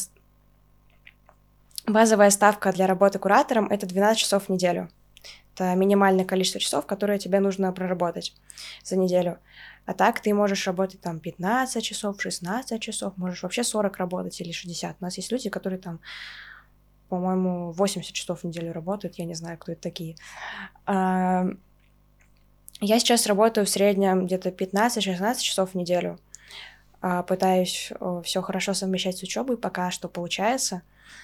базовая ставка для работы куратором — это двенадцать часов в неделю. Это минимальное количество часов, которые тебе нужно проработать за неделю. А так ты можешь работать там пятнадцать часов, шестнадцать часов, можешь вообще сорок работать или шестьдесят. У нас есть люди, которые там, по-моему, восемьдесят часов в неделю работают. Я не знаю, кто это такие. Я сейчас работаю в среднем где-то пятнадцать-шестнадцать часов в неделю. Пытаюсь все хорошо совмещать с учебой, пока что получается.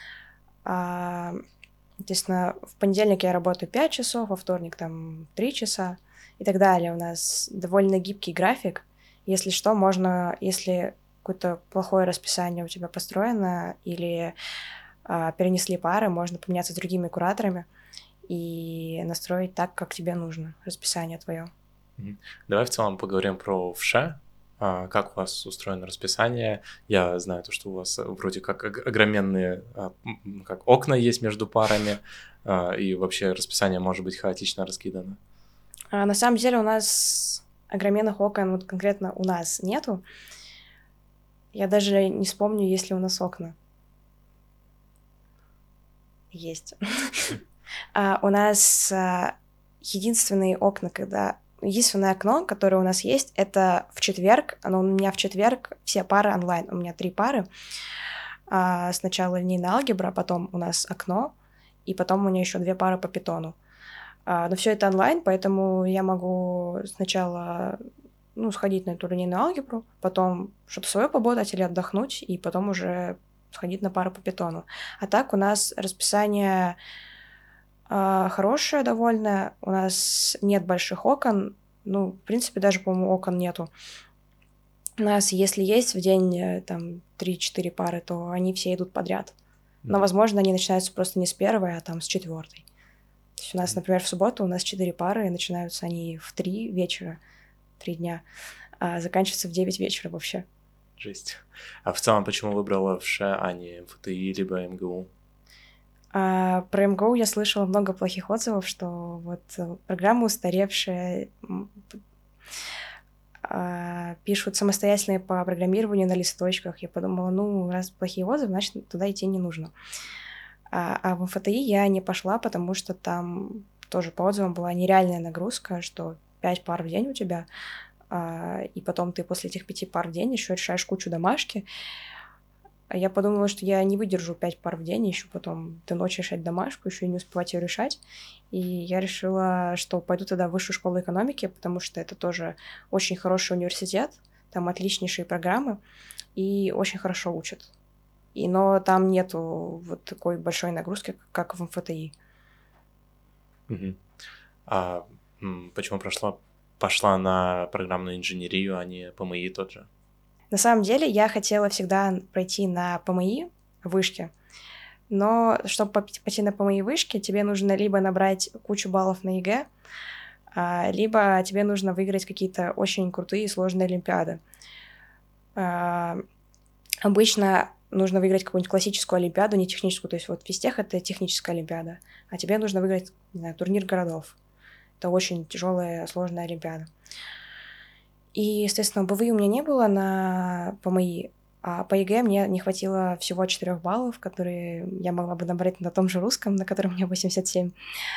Естественно, в понедельник я работаю пять часов, во вторник там три часа и так далее. У нас довольно гибкий график. Если что, можно, если какое-то плохое расписание у тебя построено или а, перенесли пары, можно поменяться с другими кураторами и настроить так, как тебе нужно, расписание твое. Давай в целом поговорим про ВШЭ. А, как у вас устроено расписание? Я знаю то, что у вас вроде как огроменные как окна есть между парами, и вообще расписание может быть хаотично раскидано. А, на самом деле у нас огроменных окон вот конкретно у нас нету. Я даже не вспомню, есть ли у нас окна. Есть. У нас единственные окна, когда... Единственное окно, которое у нас есть, это в четверг. Оно у меня в четверг, все пары онлайн. У меня три пары. А, сначала линейная алгебра, потом у нас окно, и потом у меня еще две пары по питону. А, но все это онлайн, поэтому я могу сначала ну, сходить на эту линейную алгебру, потом что-то свое пободать или отдохнуть, и потом уже сходить на пару по питону. А так у нас расписание... хорошая довольно, у нас нет больших окон, Ну, в принципе, даже, по-моему, окон нету. У нас, если есть в день там три-четыре пары, то они все идут подряд. Но, возможно, они начинаются просто не с первой, а там с четвертой. То есть у нас, например, в субботу у нас четыре пары, и начинаются они в три вечера, три дня, а заканчиваются в девять вечера вообще. Жесть. А в целом, почему выбрала ВШЭ, а не МФТИ либо МГУ? А про МГУ я слышала много плохих отзывов, что вот программа устаревшая, пишут самостоятельные по программированию на листочках. Я подумала, ну, раз плохие отзывы, значит, туда идти не нужно. А, а в МФТИ я не пошла, потому что там тоже по отзывам была нереальная нагрузка, что пять пар в день у тебя, а, и потом ты после этих пяти пар в день еще решаешь кучу домашки. Я подумала, что я не выдержу пять пар в день, еще потом до ночи решать домашку, еще и не успевать ее решать. И я решила, что пойду тогда в высшую школу экономики, потому что это тоже очень хороший университет, там отличнейшие программы и очень хорошо учат. И, но там нету вот такой большой нагрузки, как в МФТИ. Угу. А м, почему прошла, пошла на программную инженерию, а не ПМИ тот же? На самом деле я хотела всегда пройти на ПМИ вышки, но чтобы пойти на ПМИ вышки, тебе нужно либо набрать кучу баллов на ЕГЭ, либо тебе нужно выиграть какие-то очень крутые и сложные олимпиады. Обычно нужно выиграть какую-нибудь классическую олимпиаду, не техническую, то есть вот физтех — это техническая олимпиада, а тебе нужно выиграть, не знаю, турнир городов. Это очень тяжелая, сложная олимпиада. И, естественно, БВИ у меня не было на ПМИ, а по ЕГЭ мне не хватило всего четырех баллов, которые я могла бы набрать на том же русском, на котором у меня восемьдесят семь.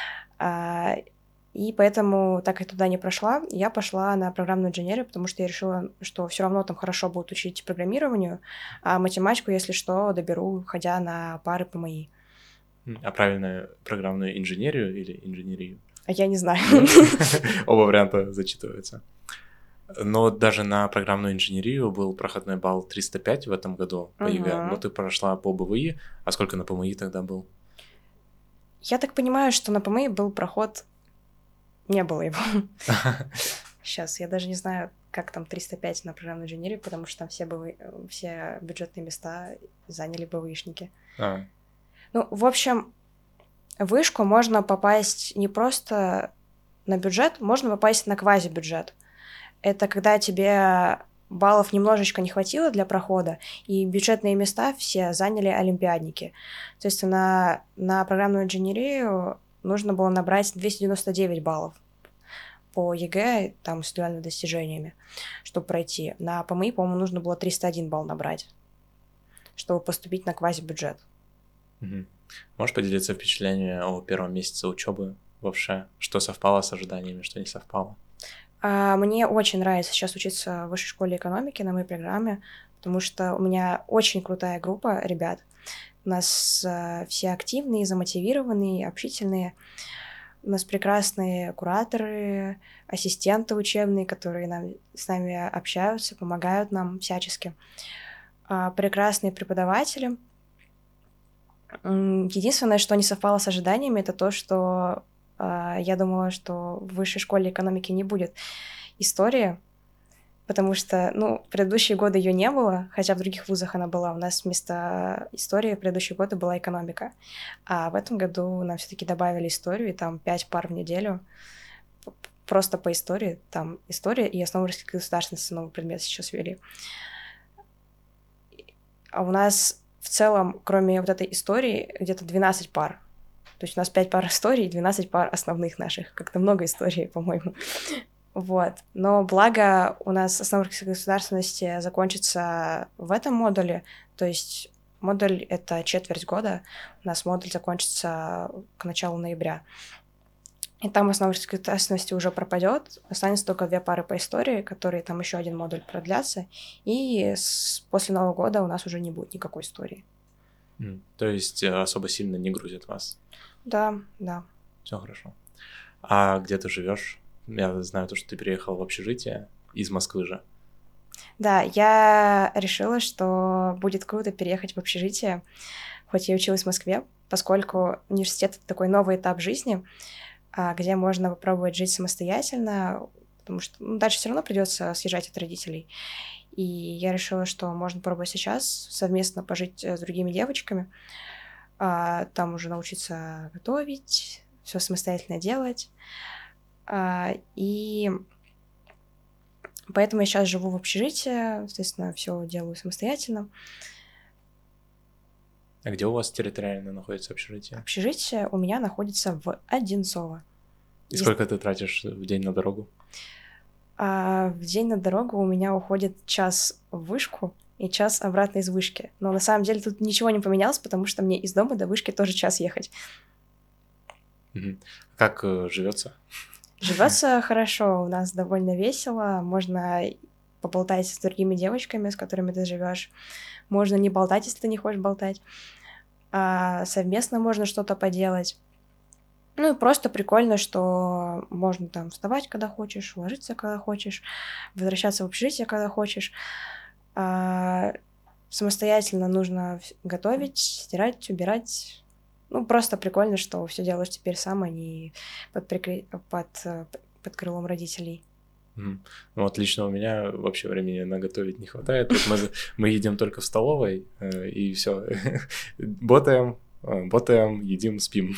И поэтому, так как туда не прошла, я пошла на программную инженерию, потому что я решила, что все равно там хорошо будут учить программированию, а математику, если что, доберу, ходя на пары ПМИ. А правильно, программную инженерию или инженерию? А я не знаю. Оба варианта зачитываются. Но даже на программную инженерию был проходной балл триста пять в этом году по ЕГЭ, uh-huh. но ты прошла по БВИ, а сколько на ПМИ тогда был? Я так понимаю, что на ПМИ был проход... Не было его. Сейчас, я даже не знаю, как там триста пять на программной инженерии, потому что там все, БВ... все бюджетные места заняли БВИшники. А. Ну, в общем, в вышку можно попасть не просто на бюджет, можно попасть на квазибюджет. Это когда тебе баллов немножечко не хватило для прохода, и бюджетные места все заняли олимпиадники. То есть на, на программную инженерию нужно было набрать двести девяносто девять баллов по ЕГЭ, там, с индивидуальными достижениями, чтобы пройти. На ПМИ, по-моему, нужно было триста один балл набрать, чтобы поступить на квазибюджет. Угу. Можешь поделиться впечатлениями о первом месяце учебы во ВШЭ? Что совпало с ожиданиями, что не совпало? Мне очень нравится сейчас учиться в высшей школе экономики на моей программе, потому что у меня очень крутая группа ребят. У нас все активные, замотивированные, общительные. У нас прекрасные кураторы, ассистенты учебные, которые нам, с нами общаются, помогают нам всячески. Прекрасные преподаватели. Единственное, что не совпало с ожиданиями, это то, что я думала, что в высшей школе экономики не будет истории, потому что, ну, в предыдущие годы ее не было, хотя в других вузах она была. У нас вместо истории в предыдущие годы была экономика. А в этом году нам все-таки добавили историю, и там пять пар в неделю просто по истории. Там история и основы российской государственности, новый предмет сейчас ввели. А у нас в целом, кроме вот этой истории, где-то двенадцать пар. То есть у нас пять пар историй и двенадцать пар основных наших. Как-то много историй, по-моему. Вот. Но благо у нас основа российской государственности закончится в этом модуле. То есть модуль — это четверть года. У нас модуль закончится к началу ноября. И там основа российской государственности уже пропадет. Останется только две пары по истории, которые там еще один модуль продлятся. И с... после Нового года у нас уже не будет никакой истории. Mm. То есть особо сильно не грузит вас? Да, да. Все хорошо. А где ты живешь? Я знаю то, что ты переехала в общежитие из Москвы же. Да, я решила, что будет круто переехать в общежитие, хоть я училась в Москве, поскольку университет — это такой новый этап жизни, где можно попробовать жить самостоятельно, потому что ну, дальше все равно придется съезжать от родителей. И я решила, что можно пробовать сейчас совместно пожить с другими девочками, а, там уже научиться готовить, все самостоятельно делать. А, и поэтому я сейчас живу в общежитии, естественно, все делаю самостоятельно. А где у вас территориально находится общежитие? Общежитие у меня находится в Одинцово. И Есть... сколько ты тратишь в день на дорогу? А в день на дорогу у меня уходит час в вышку и час обратно из вышки. Но на самом деле тут ничего не поменялось, потому что мне из дома до вышки тоже час ехать. Угу. Как э, живется? Живется хорошо, у нас довольно весело, можно поболтать с другими девочками, с которыми ты живешь. Можно не болтать, если ты не хочешь болтать. А совместно можно что-то поделать. Ну и просто прикольно, что можно там вставать, когда хочешь, ложиться, когда хочешь, возвращаться в общежитие, когда хочешь. А самостоятельно нужно готовить, стирать, убирать. Ну, просто прикольно, что все делаешь теперь сам, а не под, прикры... под, под крылом родителей. Mm. Ну, вот лично у меня вообще времени на готовить не хватает. Мы, мы едим только в столовой, и все. Ботаем, ботаем, едим, спим.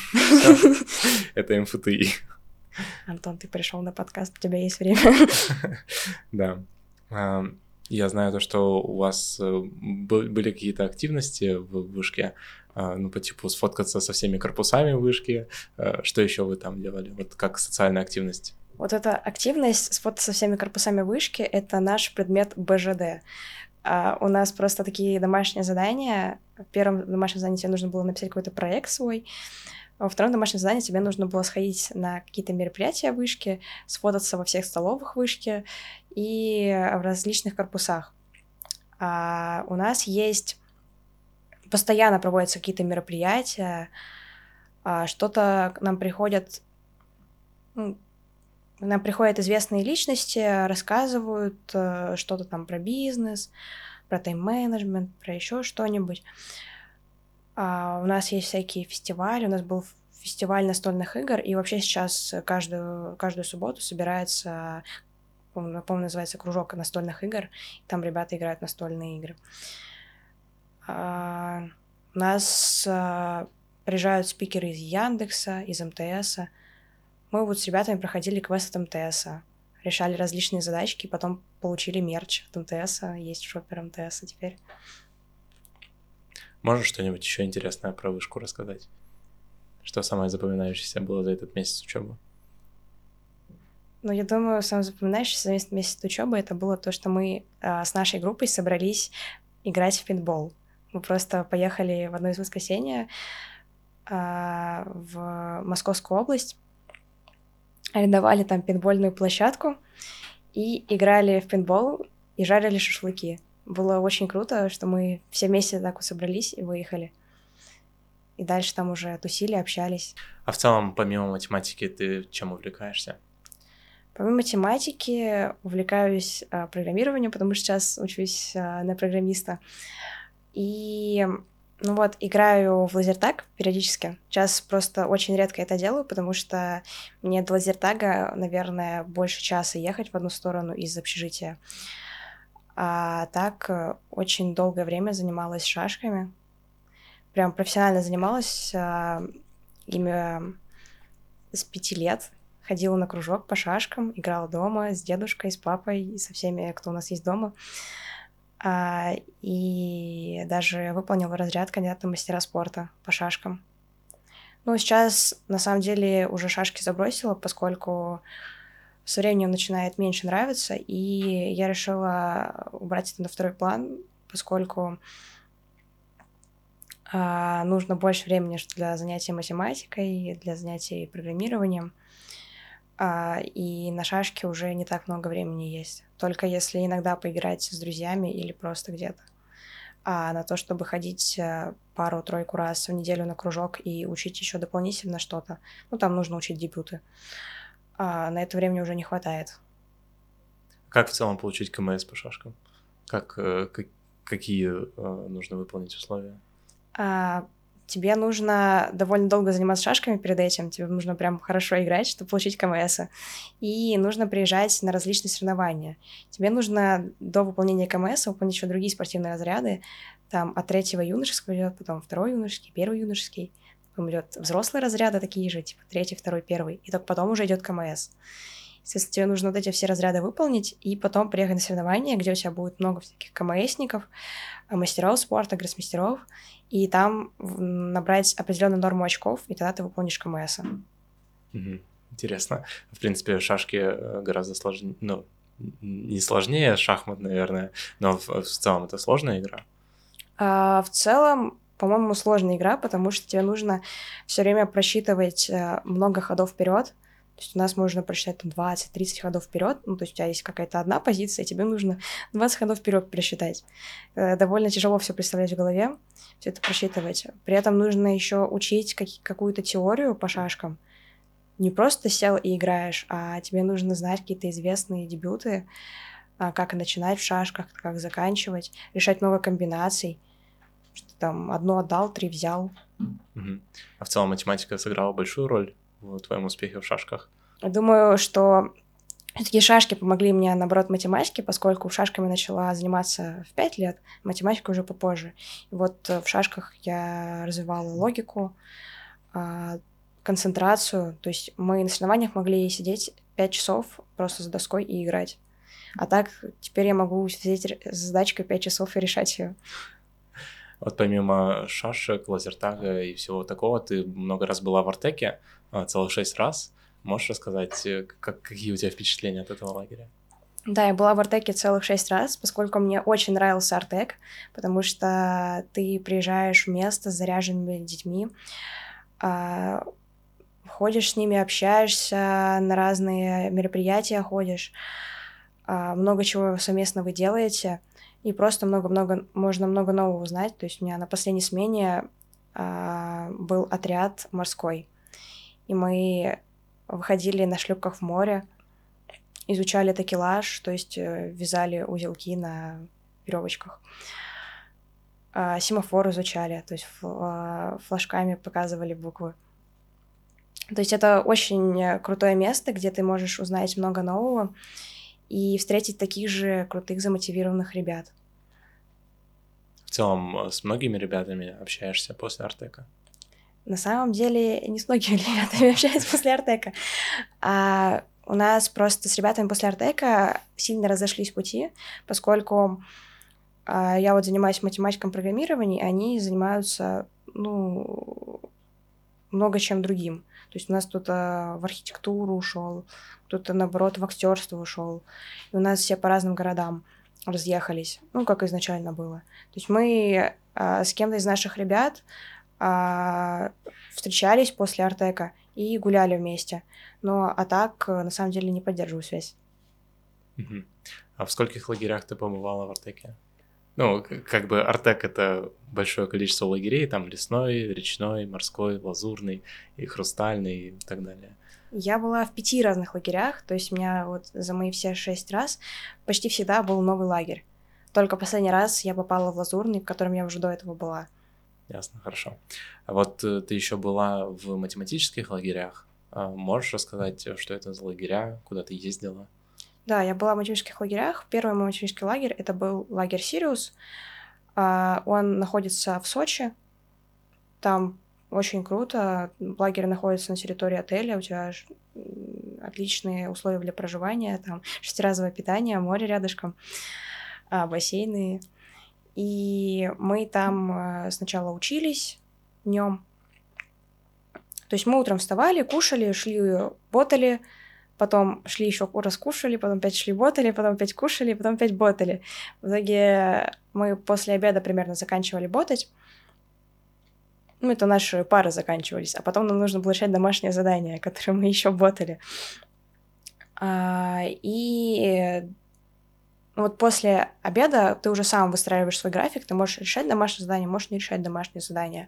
Это эм эф тэ и. Антон, ты пришел на подкаст, у тебя есть время. Да. Я знаю то, что у вас были какие-то активности в вышке, ну, по типу сфоткаться со всеми корпусами вышки. Что еще вы там делали? Вот как социальная активность? Вот эта активность сфоткаться со всеми корпусами вышки — это наш предмет бэ жэ дэ. Uh, у нас просто такие домашние задания. В первом домашнем задании тебе нужно было написать какой-то проект свой. Во втором домашнем задании тебе нужно было сходить на какие-то мероприятия вышки, сфотаться во всех столовых вышки и в различных корпусах. Uh, у нас есть... Постоянно проводятся какие-то мероприятия, uh, что-то к нам приходят... Ну, к нам приходят известные личности, рассказывают uh, что-то там про бизнес, про тайм-менеджмент, про еще что-нибудь. Uh, у нас есть всякие фестивали, у нас был фестиваль настольных игр, и вообще сейчас каждую, каждую субботу собирается, по-моему, называется кружок настольных игр, и там ребята играют в настольные игры. Uh, у нас uh, приезжают спикеры из Яндекса, из эм тэ эса. Мы вот с ребятами проходили квест от эм тэ эса, решали различные задачки, и потом получили мерч от эм тэ эса, есть шоппер эм тэ эса теперь. Можешь что-нибудь еще интересное про вышку рассказать? Что самое запоминающееся было за этот месяц учебы? Ну, я думаю, самое запоминающееся за этот месяц учебы это было то, что мы а, с нашей группой собрались играть в пейнтбол. Мы просто поехали в одно из воскресенья а, в Московскую область, арендовали там пейнтбольную площадку и играли в пейнтбол и жарили шашлыки. Было очень круто, что мы все вместе так вот собрались и выехали. И дальше там уже тусили, общались. А в целом, помимо математики, ты чем увлекаешься? Помимо математики увлекаюсь а, программированием, потому что сейчас учусь а, на программиста. И, ну вот, играю в лазертаг периодически. Сейчас просто очень редко это делаю, потому что мне до лазертага, наверное, больше часа ехать в одну сторону из общежития. А так очень долгое время занималась шашками. Прям профессионально занималась а, ими с пяти лет. Ходила на кружок по шашкам, играла дома с дедушкой, с папой и со всеми, кто у нас есть дома. А, и даже выполнила разряд кандидата в мастера спорта по шашкам. Ну, сейчас, на самом деле, уже шашки забросила, поскольку со временем начинает меньше нравиться, и я решила убрать это на второй план, поскольку а, нужно больше времени для занятий математикой, для занятий программированием, а, и на шашки уже не так много времени есть. Только если иногда поиграть с друзьями или просто где-то. А на то, чтобы ходить пару-тройку раз в неделю на кружок и учить еще дополнительно что-то, ну, там нужно учить дебюты. А на это времени уже не хватает. Как в целом получить ка эм эс по шашкам? Как, как, какие нужно выполнить условия? А, тебе нужно довольно долго заниматься шашками перед этим, тебе нужно прям хорошо играть, чтобы получить КМС, и нужно приезжать на различные соревнования. Тебе нужно до выполнения КМС выполнить еще другие спортивные разряды, там от третьего юношеского идет, потом второй юношеский, первый юношеский, потом идет взрослые разряды такие же, типа третий, второй, первый, и только потом уже идет КМС. Соответственно, тебе нужно вот эти все разряды выполнить, и потом приехать на соревнования, где у тебя будет много всяких КМСников, мастеров спорта, гроссмейстеров, и там набрать определенную норму очков, и тогда ты выполнишь КМС. Угу. Интересно. В принципе, шашки гораздо сложнее, ну, не сложнее шахмат, наверное, но в, в целом это сложная игра. А, в целом, по-моему, сложная игра, потому что тебе нужно все время просчитывать много ходов вперед. То есть у нас можно просчитать там двадцать-тридцать ходов вперед. Ну, то есть у тебя есть какая-то одна позиция, тебе нужно двадцать ходов вперед просчитать. Довольно тяжело все представлять в голове, все это просчитывать. При этом нужно еще учить как- какую-то теорию по шашкам. Не просто сел и играешь, а тебе нужно знать какие-то известные дебюты, как начинать в шашках, как заканчивать, решать много комбинаций. Что там одно отдал, три взял. Угу. А в целом математика сыграла большую роль в твоем успехе в шашках? Думаю, что такие шашки помогли мне, наоборот, математике, поскольку шашками начала заниматься в пять лет, математика уже попозже. И вот в шашках я развивала логику, концентрацию. То есть мы на соревнованиях могли сидеть пять часов просто за доской и играть. А так теперь я могу сидеть с задачкой пять часов и решать ее. Вот помимо шашек, лазертага и всего такого, ты много раз была в Артеке, целых шесть раз. Можешь рассказать, как, какие у тебя впечатления от этого лагеря? Да, я была в Артеке целых шесть раз, поскольку мне очень нравился Артек, потому что ты приезжаешь в место с заряженными детьми, ходишь с ними, общаешься, на разные мероприятия ходишь, много чего совместно вы делаете, и просто много-много, можно много нового узнать. То есть у меня на последней смене был отряд морской, и мы выходили на шлюпках в море, изучали такелаж, то есть вязали узелки на веревочках, семафор изучали, то есть флажками показывали буквы. То есть это очень крутое место, где ты можешь узнать много нового и встретить таких же крутых, замотивированных ребят. В целом, с многими ребятами общаешься после Артека? На самом деле, не с многими ребятами общаюсь после Артека. А у нас просто с ребятами после Артека сильно разошлись пути, поскольку а, я вот занимаюсь математиком программированием, они занимаются, ну, много чем другим. То есть у нас кто-то в архитектуру ушел, кто-то, наоборот, в актерство ушел. И у нас все по разным городам разъехались, ну, как изначально было. То есть мы а, с кем-то из наших ребят а, встречались после Артека и гуляли вместе. Но а так, на самом деле, не поддерживаю связь. Угу. А в скольких лагерях ты побывала в Артеке? Ну, как бы Артек — это большое количество лагерей, там лесной, речной, морской, лазурный и хрустальный и так далее. Я была в пяти разных лагерях, то есть у меня вот за мои все шесть раз почти всегда был новый лагерь. Только последний раз я попала в лазурный, в котором я уже до этого была. Ясно, хорошо. А вот ты еще была в математических лагерях. Можешь рассказать, что это за лагеря, куда ты ездила? Да, я была в математических лагерях. Первый мой математический лагерь — это был лагерь «Сириус». Он находится в Сочи. Там очень круто. Лагерь находится на территории отеля. У тебя отличные условия для проживания. Там шестиразовое питание, море рядышком, бассейны. И мы там сначала учились днем. То есть мы утром вставали, кушали, шли, ботали, потом шли еще раз кушали, потом опять шли ботали, потом опять кушали, потом опять ботали. В итоге мы после обеда примерно заканчивали ботать. Ну, это наши пары заканчивались. А потом нам нужно было решать домашнее задание, которое мы еще ботали. А, и вот после обеда ты уже сам выстраиваешь свой график, ты можешь решать домашнее задание, можешь не решать домашнее задание.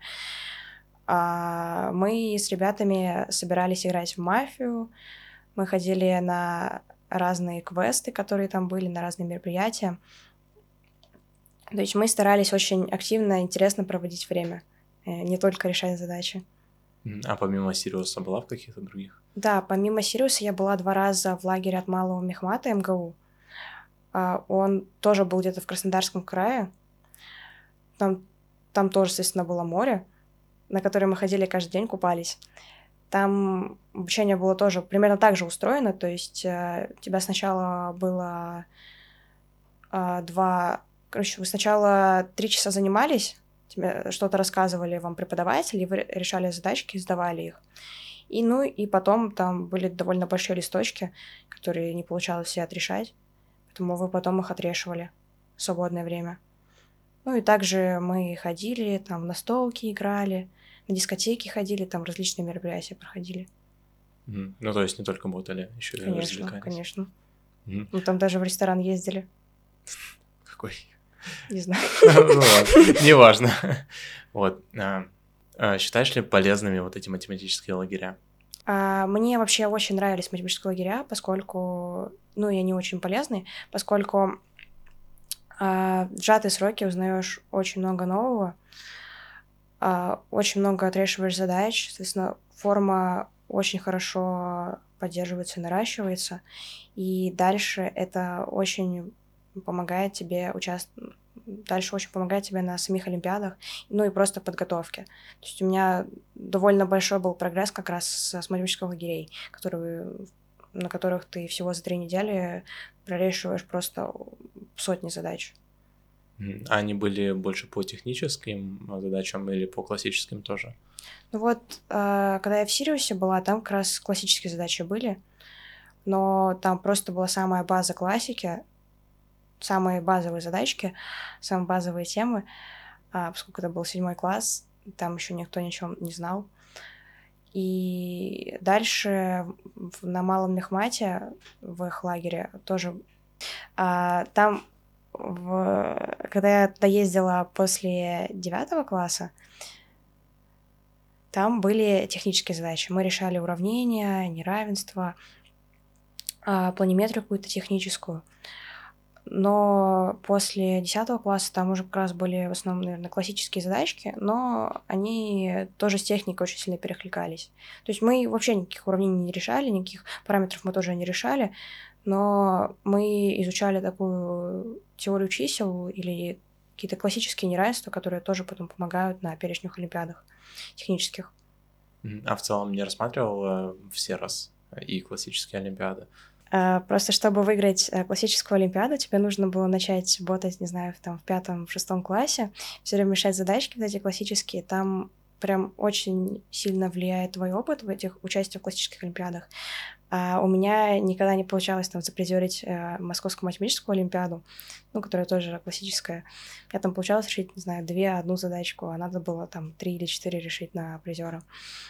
А, мы с ребятами собирались играть в мафию, мы ходили на разные квесты, которые там были, на разные мероприятия. То есть мы старались очень активно, интересно проводить время. не только решать задачи. А помимо Сириуса была в каких-то других? Да, помимо Сириуса я была два раза в лагере от Малого Мехмата эм гэ у. Он тоже был где-то в Краснодарском крае. Там, там тоже, естественно, было море, на которое мы ходили каждый день, купались. Там обучение было тоже примерно так же устроено, то есть у тебя сначала было два... Короче, вы сначала три часа занимались, тебе что-то рассказывали вам преподаватели, вы решали задачки, сдавали их. И, ну, и потом там были довольно большие листочки, которые не получалось все отрешать, поэтому вы потом их отрешивали в свободное время. Ну и также мы ходили, там, в настолки играли, на дискотеки ходили, там различные мероприятия проходили. Mm. Ну, то есть не только ботали, еще и развлекались. Конечно, конечно. Mm. Мы там даже в ресторан ездили. Какой? Не знаю. Ну ладно, неважно. Вот. Считаешь ли полезными вот эти математические лагеря? Мне вообще очень нравились математические лагеря, поскольку, ну, и они очень полезны, поскольку в сжатые сроки узнаешь очень много нового, очень много отрешиваешь задач, соответственно, форма очень хорошо поддерживается и наращивается, и дальше это очень помогает тебе участвовать, дальше очень помогает тебе на самих олимпиадах, ну и просто подготовке. То есть у меня довольно большой был прогресс как раз с, с математических лагерей, которые, на которых ты всего за три недели прорешиваешь просто сотни задач. А они были больше по техническим задачам или по классическим тоже? Ну вот, когда я в Сириусе была, там как раз классические задачи были, но там просто была самая база классики, самые базовые задачки, самые базовые темы, поскольку это был седьмой класс, там еще никто ничего не знал. И дальше на Малом Мехмате, в их лагере, тоже там, в... когда я туда ездила после девятого класса, там были технические задачи. Мы решали уравнения, неравенства, планиметрию какую-то техническую. Но после десятого класса там уже как раз были в основном, наверное, классические задачки, но они тоже с техникой очень сильно перекликались. То есть мы вообще никаких уравнений не решали, никаких параметров мы тоже не решали, но мы изучали такую теорию чисел или какие-то классические неравенства, которые тоже потом помогают на перечневых олимпиадах технических. А в целом не рассматривал все раз и классические олимпиады? Просто чтобы выиграть классическую олимпиаду, тебе нужно было начать ботать, не знаю, в, там, в пятом, в шестом классе, все время решать задачки вот эти классические. Там прям очень сильно влияет твой опыт в этих участии в классических олимпиадах. А у меня никогда не получалось там запризерить э, Московскую математическую олимпиаду, ну, которая тоже классическая. У меня там получалось решить, не знаю, две, одну задачку, а надо было там три или четыре решить на призера.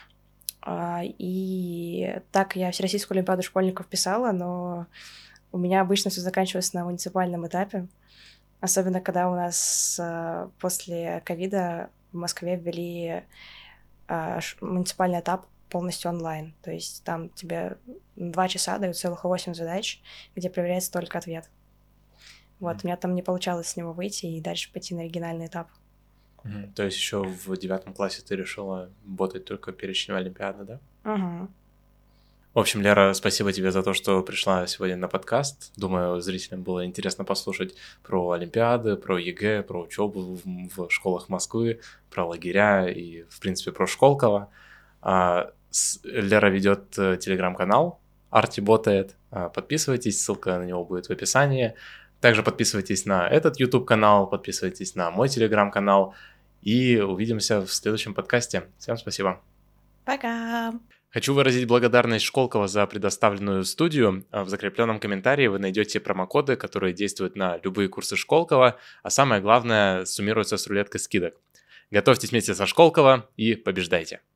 И так я Всероссийскую олимпиаду школьников писала, но у меня обычно все заканчивалось на муниципальном этапе, особенно когда у нас после ковида в Москве ввели муниципальный этап полностью онлайн, то есть там тебе два часа дают целых восемь задач, где проверяется только ответ. Вот, mm-hmm. У меня там не получалось с него выйти и дальше пойти на оригинальный этап. Mm-hmm. То есть еще в девятом классе ты решила ботать только перечневые олимпиады, да? Угу. В общем, Лера, спасибо тебе за то, что пришла сегодня на подкаст. Думаю, зрителям было интересно послушать про олимпиады, про ЕГЭ, про учебу в, в школах Москвы, про лагеря и, в принципе, про Школково. А, с, Лера ведет телеграм-канал «Артиботает». А, подписывайтесь, ссылка на него будет в описании. Также подписывайтесь на этот YouTube-канал, подписывайтесь на мой телеграм-канал. И увидимся в следующем подкасте. Всем спасибо. Пока! Хочу выразить благодарность Школково за предоставленную студию. В закрепленном комментарии вы найдете промокоды, которые действуют на любые курсы Школково, а самое главное, суммируются с рулеткой скидок. Готовьтесь вместе со Школково и побеждайте!